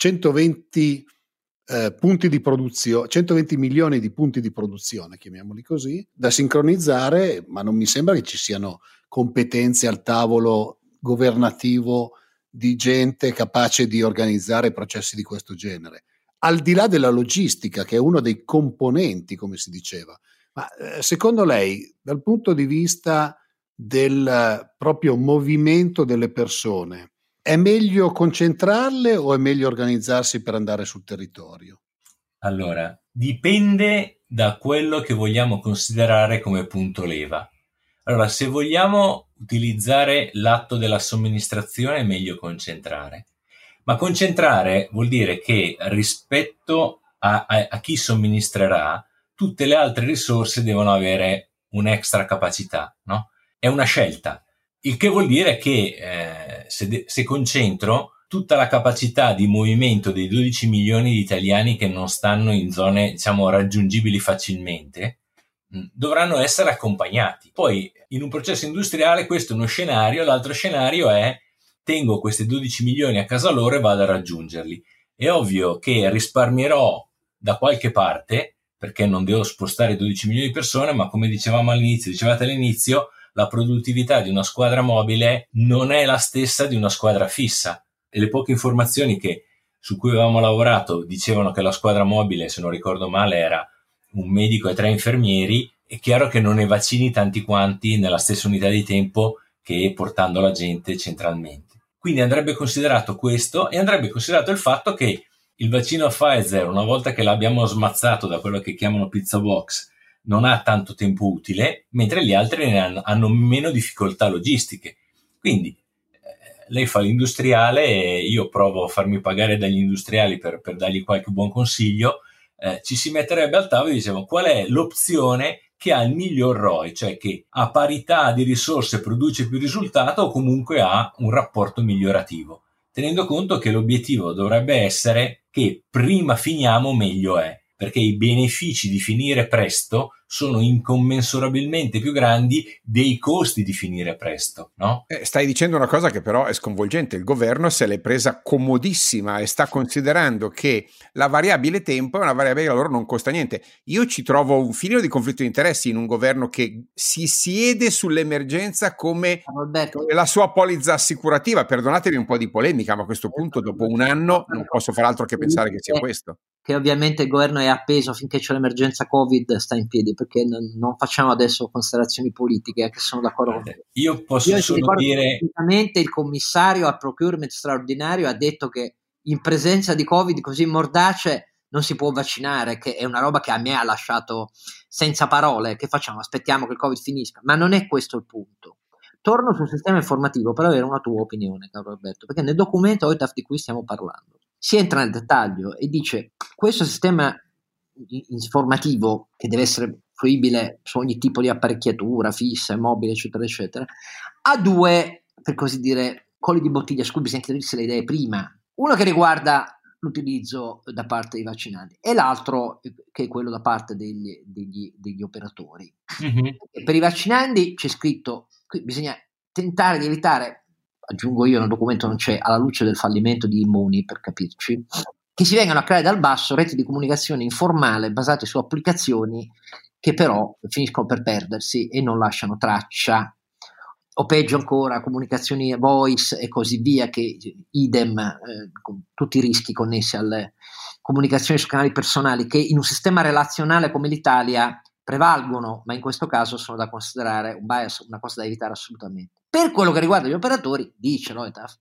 Speaker 6: 120 punti di produzione, 120 milioni di punti di produzione, chiamiamoli così, da sincronizzare, ma non mi sembra che ci siano competenze al tavolo governativo di gente capace di organizzare processi di questo genere. Al di là della logistica, che è uno dei componenti, come si diceva, ma secondo lei, dal punto di vista del proprio movimento delle persone, è meglio concentrarle o è meglio organizzarsi per andare sul territorio?
Speaker 7: Allora, dipende da quello che vogliamo considerare come punto leva. Allora, se vogliamo utilizzare l'atto della somministrazione è meglio concentrare. Ma concentrare vuol dire che rispetto a chi somministrerà, tutte le altre risorse devono avere un'extra capacità, no? È una scelta. Il che vuol dire che se concentro tutta la capacità di movimento dei 12 milioni di italiani che non stanno in zone, diciamo, raggiungibili facilmente, dovranno essere accompagnati. Poi in un processo industriale questo è uno scenario, l'altro scenario è tengo questi 12 milioni a casa loro e vado a raggiungerli. È ovvio che risparmierò da qualche parte, perché non devo spostare 12 milioni di persone, ma come dicevate all'inizio, la produttività di una squadra mobile non è la stessa di una squadra fissa. E le poche informazioni su cui avevamo lavorato dicevano che la squadra mobile, se non ricordo male, era un medico e 3 infermieri. È chiaro che non ne vaccini tanti quanti nella stessa unità di tempo che portando la gente centralmente. Quindi andrebbe considerato questo, e andrebbe considerato il fatto che il vaccino Pfizer, una volta che l'abbiamo smazzato da quello che chiamano pizza box, non ha tanto tempo utile, mentre gli altri hanno meno difficoltà logistiche. Quindi lei fa l'industriale e io provo a farmi pagare dagli industriali per dargli qualche buon consiglio. Ci si metterebbe al tavolo e diciamo qual è l'opzione che ha il miglior ROI, cioè che a parità di risorse produce più risultato o comunque ha un rapporto migliorativo, tenendo conto che l'obiettivo dovrebbe essere che prima finiamo meglio è, perché i benefici di finire presto sono incommensurabilmente più grandi dei costi di finire presto, no?
Speaker 5: Stai dicendo una cosa che però è sconvolgente. Il governo se l'è presa comodissima e sta considerando che la variabile tempo è una variabile che a loro non costa niente. Io ci trovo un filino di conflitto di interessi in un governo che si siede sull'emergenza come la sua polizza assicurativa. Perdonatemi un po' di polemica, ma a questo punto dopo un anno non posso far altro che pensare che sia questo.
Speaker 4: Che ovviamente il governo è appeso finché c'è l'emergenza Covid, sta in piedi, perché non facciamo adesso considerazioni politiche, che sono d'accordo con te.
Speaker 7: Io posso solo dire
Speaker 4: che il commissario al procurement straordinario ha detto che in presenza di Covid così mordace non si può vaccinare, che è una roba che a me ha lasciato senza parole. Che facciamo? Aspettiamo che il Covid finisca? Ma non è questo il punto. Torno sul sistema informativo per avere una tua opinione, caro Alberto, perché nel documento OITAF di cui stiamo parlando si entra nel dettaglio e dice questo sistema informativo, che deve essere fruibile su ogni tipo di apparecchiatura fissa, mobile, eccetera eccetera, ha due, per così dire, colli di bottiglia su cui bisogna chiarirsi le idee prima. Uno che riguarda l'utilizzo da parte dei vaccinati e l'altro che è quello da parte degli operatori. Mm-hmm. Per i vaccinandi c'è scritto che bisogna tentare di evitare, aggiungo io, nel documento non c'è, alla luce del fallimento di Immuni, per capirci, che si vengano a creare dal basso reti di comunicazione informale basate su applicazioni che però finiscono per perdersi e non lasciano traccia, o peggio ancora comunicazioni voice e così via, che idem, con tutti i rischi connessi alle comunicazioni su canali personali che in un sistema relazionale come l'Italia prevalgono, ma in questo caso sono da considerare un bias, una cosa da evitare assolutamente. Per quello che riguarda gli operatori, dice l'OITAF,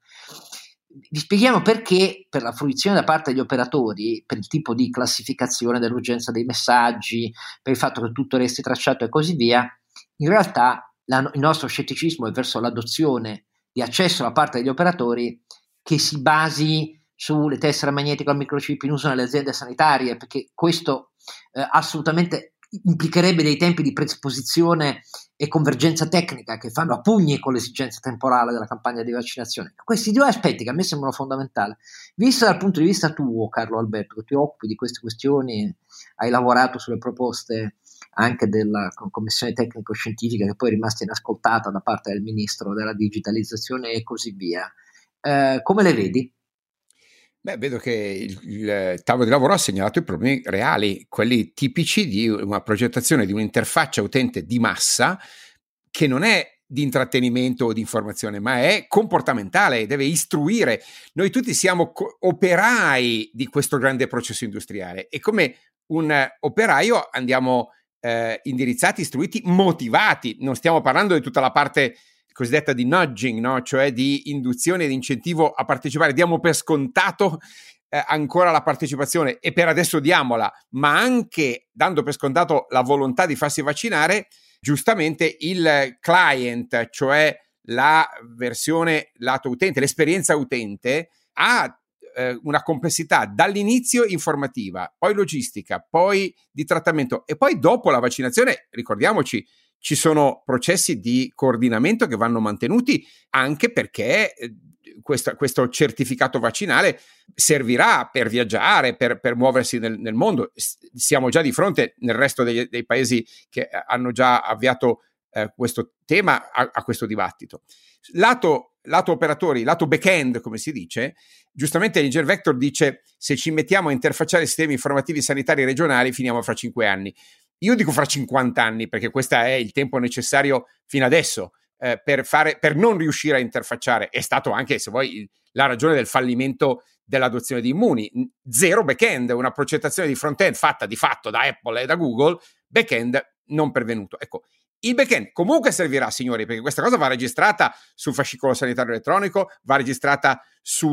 Speaker 4: vi spieghiamo perché per la fruizione da parte degli operatori, per il tipo di classificazione dell'urgenza dei messaggi, per il fatto che tutto resti tracciato e così via, in realtà il nostro scetticismo è verso l'adozione di accesso da parte degli operatori che si basi sulle tessere magnetiche al microchip in uso nelle aziende sanitarie, perché questo assolutamente implicherebbe dei tempi di predisposizione e convergenza tecnica che fanno a pugni con l'esigenza temporale della campagna di vaccinazione. Questi due aspetti che a me sembrano fondamentali. Visto dal punto di vista tuo, Carlo Alberto, che ti occupi di queste questioni, hai lavorato sulle proposte anche della commissione tecnico-scientifica che poi è rimasta inascoltata da parte del ministro della digitalizzazione e così via, come le vedi?
Speaker 5: Beh, vedo che il tavolo di lavoro ha segnalato i problemi reali, quelli tipici di una progettazione di un'interfaccia utente di massa che non è di intrattenimento o di informazione, ma è comportamentale, deve istruire. Noi tutti siamo operai di questo grande processo industriale e come un operaio andiamo indirizzati, istruiti, motivati. Non stiamo parlando di tutta la parte cosiddetta di nudging, no? Cioè di induzione e di incentivo a partecipare. Diamo per scontato ancora la partecipazione e per adesso diamola, ma anche dando per scontato la volontà di farsi vaccinare, giustamente il client, cioè la versione lato utente, l'esperienza utente, ha una complessità dall'inizio informativa, poi logistica, poi di trattamento e poi dopo la vaccinazione, ricordiamoci, ci sono processi di coordinamento che vanno mantenuti anche perché questo certificato vaccinale servirà per viaggiare, per muoversi nel mondo. Siamo già di fronte nel resto dei paesi che hanno già avviato questo tema a questo dibattito. Lato operatori, lato back-end, come si dice, giustamente Niger Vector dice: se ci mettiamo a interfacciare i sistemi informativi sanitari regionali finiamo fra 5 anni. Io dico fra 50 anni, perché questo è il tempo necessario fino adesso per non riuscire a interfacciare. È stato anche, se vuoi, la ragione del fallimento dell'adozione di Immuni. Zero back-end, una progettazione di front-end fatta di fatto da Apple e da Google, back-end non pervenuto. Ecco, il back-end comunque servirà, signori, perché questa cosa va registrata sul fascicolo sanitario elettronico, va registrata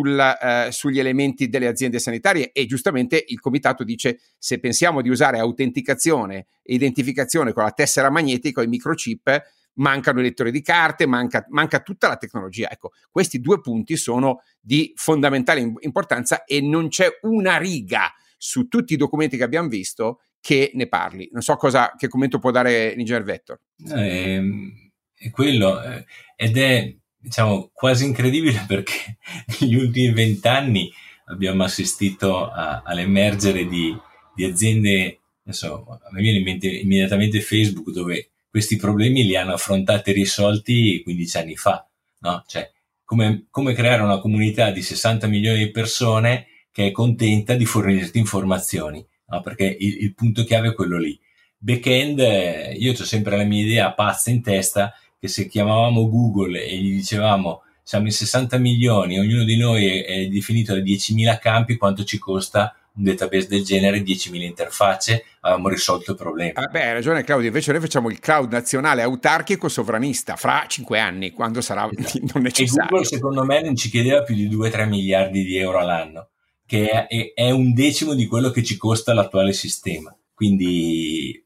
Speaker 5: sugli elementi delle aziende sanitarie e giustamente il comitato dice: se pensiamo di usare autenticazione e identificazione con la tessera magnetica o i microchip, mancano i lettori di carte, manca tutta la tecnologia. Ecco, questi 2 punti sono di fondamentale importanza e non c'è una riga su tutti i documenti che abbiamo visto che ne parli. Non so che commento può dare Niger Vector.
Speaker 7: È quello, ed è, diciamo, quasi incredibile perché negli ultimi 20 anni abbiamo assistito all'emergere di aziende, adesso a me viene in mente immediatamente Facebook, dove questi problemi li hanno affrontati e risolti 15 anni fa, no? Cioè, come creare una comunità di 60 milioni di persone che è contenta di fornirti informazioni, no? Perché il punto chiave è quello lì. Back-end, io ho sempre la mia idea pazza in testa che se chiamavamo Google e gli dicevamo siamo in 60 milioni, ognuno di noi è definito da 10.000 campi, quanto ci costa un database del genere, 10.000 interfacce, avevamo risolto il problema.
Speaker 5: Hai ragione Claudio, invece noi facciamo il cloud nazionale autarchico sovranista fra 5 anni, quando sarà non necessario.
Speaker 7: E Google secondo me non ci chiedeva più di 2-3 miliardi di euro all'anno, che è un decimo di quello che ci costa l'attuale sistema. Quindi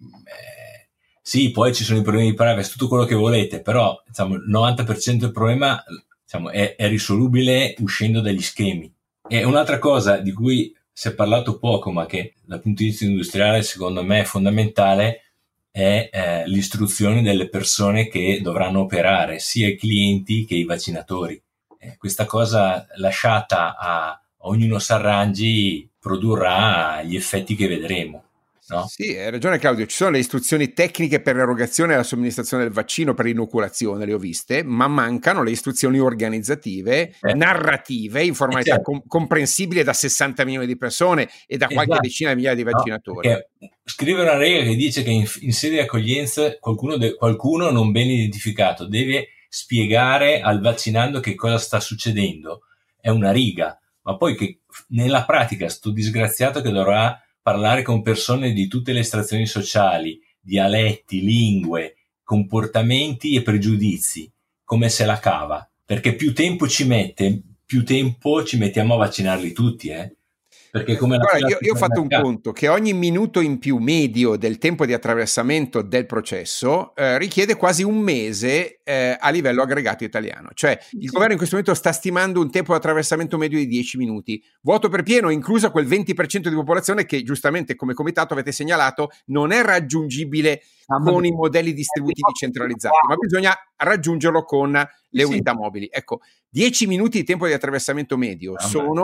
Speaker 7: sì, poi ci sono i problemi di privacy, tutto quello che volete, però diciamo, il 90% del problema diciamo, è risolubile uscendo dagli schemi. E un'altra cosa di cui si è parlato poco, ma che dal punto di vista industriale secondo me è fondamentale, è l'istruzione delle persone che dovranno operare, sia i clienti che i vaccinatori. Questa cosa lasciata a ognuno s'arrangi produrrà gli effetti che vedremo. No?
Speaker 5: Sì, hai ragione Claudio, ci sono le istruzioni tecniche per l'erogazione e la somministrazione del vaccino per l'inoculazione, le ho viste, ma mancano le istruzioni organizzative, narrative, in forma comprensibile da 60 milioni di persone e da qualche decina di migliaia di vaccinatori.
Speaker 7: No, scrivere una regola che dice che in sede di accoglienza qualcuno non ben identificato deve spiegare al vaccinando che cosa sta succedendo, è una riga, ma poi che nella pratica sto disgraziato che dovrà parlare con persone di tutte le estrazioni sociali, dialetti, lingue, comportamenti e pregiudizi, come se la cava, perché più tempo ci mette, più tempo ci mettiamo a vaccinarli tutti, Perché come
Speaker 5: io ho fatto un conto che ogni minuto in più medio del tempo di attraversamento del processo richiede quasi un mese a livello aggregato italiano, cioè il governo in questo momento sta stimando un tempo di attraversamento medio di 10 minuti, vuoto per pieno, inclusa quel 20% di popolazione che giustamente come comitato avete segnalato non è raggiungibile con i modelli distributivi centralizzati, ma bisogna raggiungerlo con le unità mobili. Ecco, 10 minuti di tempo di attraversamento medio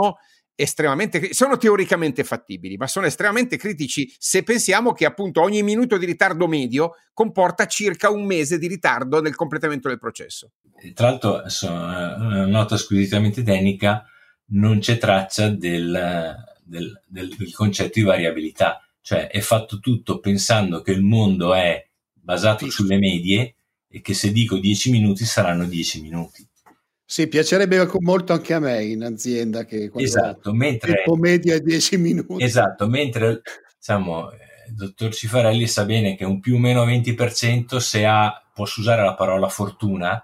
Speaker 5: sono teoricamente fattibili, ma sono estremamente critici se pensiamo che appunto ogni minuto di ritardo medio comporta circa un mese di ritardo nel completamento del processo.
Speaker 7: Tra l'altro, una nota squisitamente tecnica, non c'è traccia del concetto di variabilità, cioè è fatto tutto pensando che il mondo è basato sulle medie e che se dico 10 minuti saranno 10 minuti.
Speaker 6: Sì, piacerebbe molto anche a me in azienda che
Speaker 7: esatto, mentre
Speaker 6: il tempo medio è 10 minuti.
Speaker 7: Esatto, mentre diciamo il dottor Cifarelli sa bene che un più o meno 20% se posso usare la parola fortuna,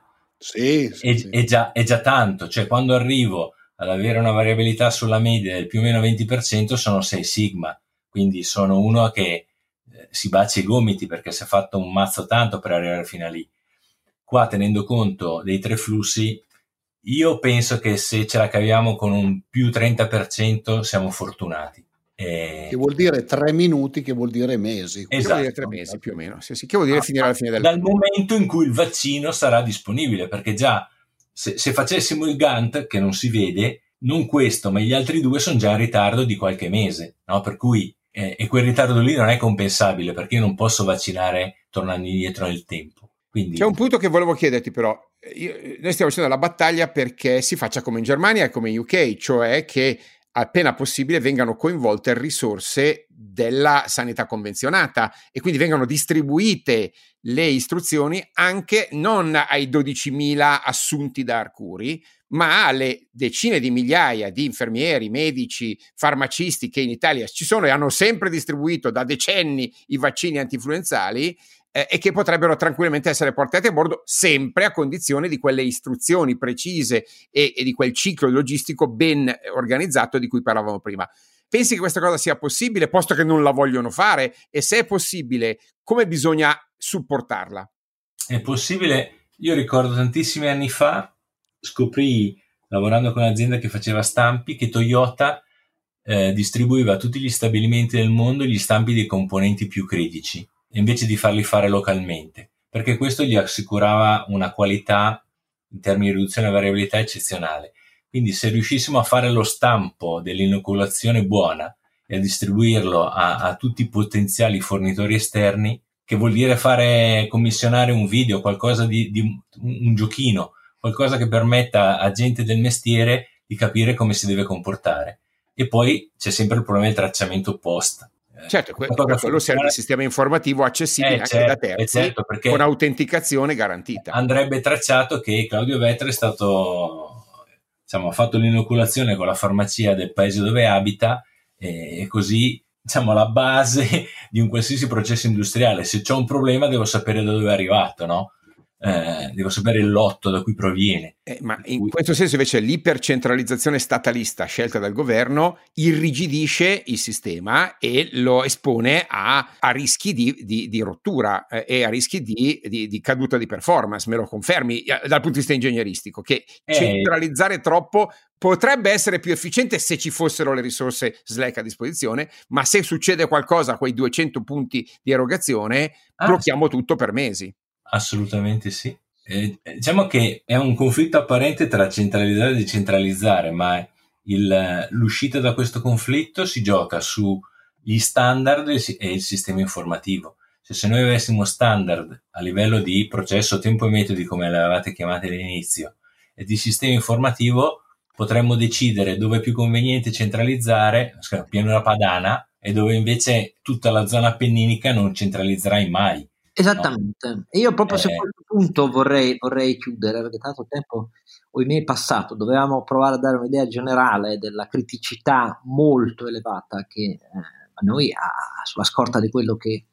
Speaker 7: è già tanto, cioè quando arrivo ad avere una variabilità sulla media del più o meno 20% sono 6 sigma, quindi sono uno che si bacia i gomiti perché si è fatto un mazzo tanto per arrivare fino a lì. Qua, tenendo conto dei 3 flussi, io penso che se ce la caviamo con un più 30% siamo fortunati.
Speaker 6: Che vuol dire 3 minuti, che vuol dire mesi.
Speaker 7: Esatto.
Speaker 5: Che vuol dire 3 mesi più o meno. Sì, che vuol dire finire alla fine del
Speaker 7: dal momento in cui il vaccino sarà disponibile, perché già se facessimo il Gantt, che non si vede, non questo, ma gli altri 2 sono già in ritardo di qualche mese, no? Per cui e quel ritardo lì non è compensabile, perché io non posso vaccinare tornando indietro nel tempo. Quindi
Speaker 5: c'è un punto che volevo chiederti però, noi stiamo facendo la battaglia perché si faccia come in Germania e come in UK, cioè che appena possibile vengano coinvolte risorse della sanità convenzionata e quindi vengano distribuite le istruzioni anche non ai 12.000 assunti da Arcuri, ma alle decine di migliaia di infermieri, medici, farmacisti che in Italia ci sono e hanno sempre distribuito da decenni i vaccini antinfluenzali e che potrebbero tranquillamente essere portati a bordo sempre a condizione di quelle istruzioni precise e di quel ciclo logistico ben organizzato di cui parlavamo prima. Pensi che questa cosa sia possibile, posto che non la vogliono fare? E se è possibile, come bisogna supportarla?
Speaker 7: È possibile. Io ricordo tantissimi anni fa, scoprì, lavorando con un'azienda che faceva stampi, che Toyota distribuiva a tutti gli stabilimenti del mondo gli stampi dei componenti più critici, invece di farli fare localmente, perché questo gli assicurava una qualità in termini di riduzione della variabilità eccezionale. Quindi se riuscissimo a fare lo stampo dell'inoculazione buona e a distribuirlo a tutti i potenziali fornitori esterni, che vuol dire commissionare un video, qualcosa di un giochino, qualcosa che permetta a gente del mestiere di capire come si deve comportare. E poi c'è sempre il problema del tracciamento post.
Speaker 5: Certo, quello serve il sistema informativo accessibile anche da terzi,
Speaker 7: certo, perché
Speaker 5: con autenticazione garantita.
Speaker 7: Andrebbe tracciato che Claudio Vetter è stato, ha fatto l'inoculazione con la farmacia del paese dove abita e così, la base di un qualsiasi processo industriale. Se c'è un problema devo sapere da dove è arrivato, no? Devo sapere il lotto da cui proviene.
Speaker 5: Ma in questo senso invece l'ipercentralizzazione statalista scelta dal governo irrigidisce il sistema e lo espone a rischi di rottura e a rischi di caduta di performance. Me lo confermi dal punto di vista ingegneristico che centralizzare troppo potrebbe essere più efficiente se ci fossero le risorse SLEC a disposizione, ma se succede qualcosa a quei 200 punti di erogazione blocchiamo tutto per mesi.
Speaker 7: Assolutamente sì. Diciamo che è un conflitto apparente tra centralizzare e decentralizzare, ma l'uscita da questo conflitto si gioca sugli standard e il sistema informativo. Cioè, se noi avessimo standard a livello di processo, tempo e metodi, come le avevate chiamate all'inizio, e di sistema informativo, potremmo decidere dove è più conveniente centralizzare, pianura padana, e dove invece tutta la zona appenninica non centralizzerai mai.
Speaker 4: Esattamente, no. E io proprio su questo punto vorrei chiudere, perché tanto tempo ohimè è passato. Dovevamo provare a dare un'idea generale della criticità molto elevata che noi sulla scorta di quello che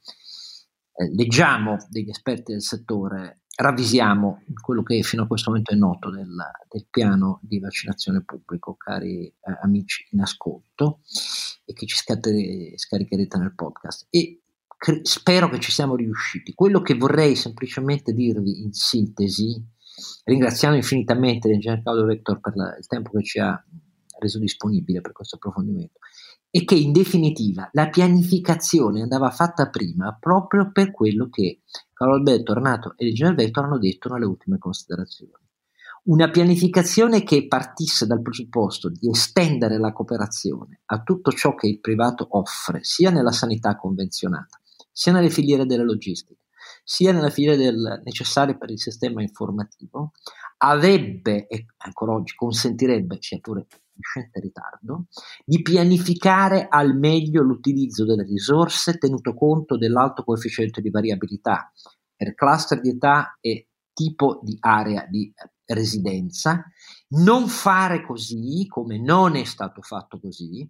Speaker 4: leggiamo degli esperti del settore, ravvisiamo quello che fino a questo momento è noto del piano di vaccinazione pubblico, cari amici in ascolto, e che ci scaricherete nel podcast. E spero che ci siamo riusciti. Quello che vorrei semplicemente dirvi in sintesi, ringraziando infinitamente l'ingegner Claudio Vetter per il tempo che ci ha reso disponibile per questo approfondimento, è che in definitiva la pianificazione andava fatta prima, proprio per quello che Carlo Alberto, Renato e l'ingegner Vetter hanno detto nelle ultime considerazioni. Una pianificazione che partisse dal presupposto di estendere la cooperazione a tutto ciò che il privato offre, sia nella sanità convenzionata, sia nelle filiere della logistica, sia nelle filiere necessarie per il sistema informativo, avrebbe e ancora oggi consentirebbe, sia pure sufficiente ritardo, di pianificare al meglio l'utilizzo delle risorse tenuto conto dell'alto coefficiente di variabilità per cluster di età e tipo di area di residenza. Non fare così, come non è stato fatto così,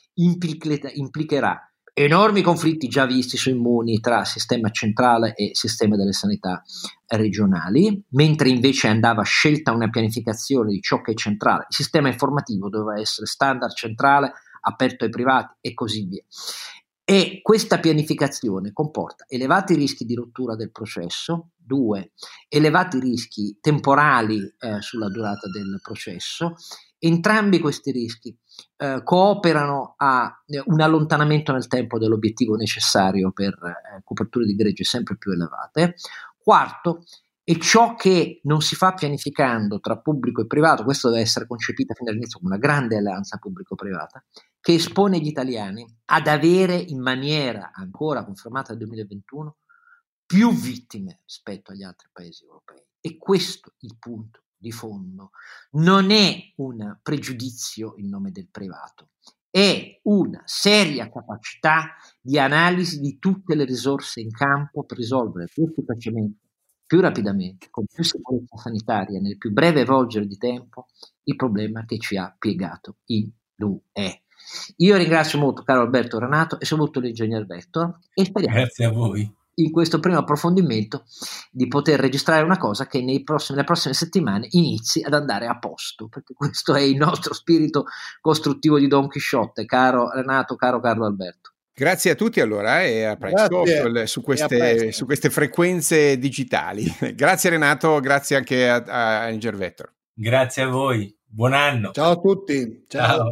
Speaker 4: implicherà enormi conflitti già visti su Immuni tra sistema centrale e sistema delle sanità regionali, mentre invece andava scelta una pianificazione di ciò che è centrale. Il sistema informativo doveva essere standard centrale, aperto ai privati e così via. E questa pianificazione comporta elevati rischi di rottura del processo, 2, elevati rischi temporali sulla durata del processo. Entrambi questi rischi cooperano a un allontanamento nel tempo dell'obiettivo necessario per coperture di gregge sempre più elevate. 4, è ciò che non si fa pianificando tra pubblico e privato, questo deve essere concepita fin dall'inizio come una grande alleanza pubblico-privata, che espone gli italiani ad avere in maniera ancora confermata nel 2021 più vittime rispetto agli altri paesi europei. E questo è il punto di fondo. Non è un pregiudizio in nome del privato, è una seria capacità di analisi di tutte le risorse in campo per risolvere più efficacemente, più rapidamente, con più sicurezza sanitaria, nel più breve volgere di tempo, il problema che ci ha piegato in due. Io ringrazio molto caro Alberto Renato e soprattutto l'ingegner Vector e speriamo
Speaker 7: grazie a voi
Speaker 4: in questo primo approfondimento di poter registrare una cosa che nelle prossime settimane inizi ad andare a posto, perché questo è il nostro spirito costruttivo di Don Chisciotte, caro Renato, caro Carlo Alberto.
Speaker 5: Grazie a tutti allora e a presto su queste frequenze digitali. Grazie Renato, grazie anche a Ingegner Vector.
Speaker 7: Grazie a voi, buon anno.
Speaker 6: Ciao a tutti. Ciao.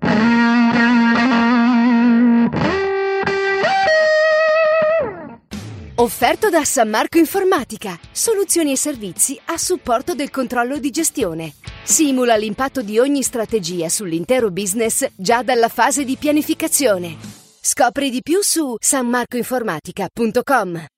Speaker 3: Offerto da San Marco Informatica, soluzioni e servizi a supporto del controllo di gestione. Simula l'impatto di ogni strategia sull'intero business già dalla fase di pianificazione. Scopri di più su sanmarcoinformatica.com.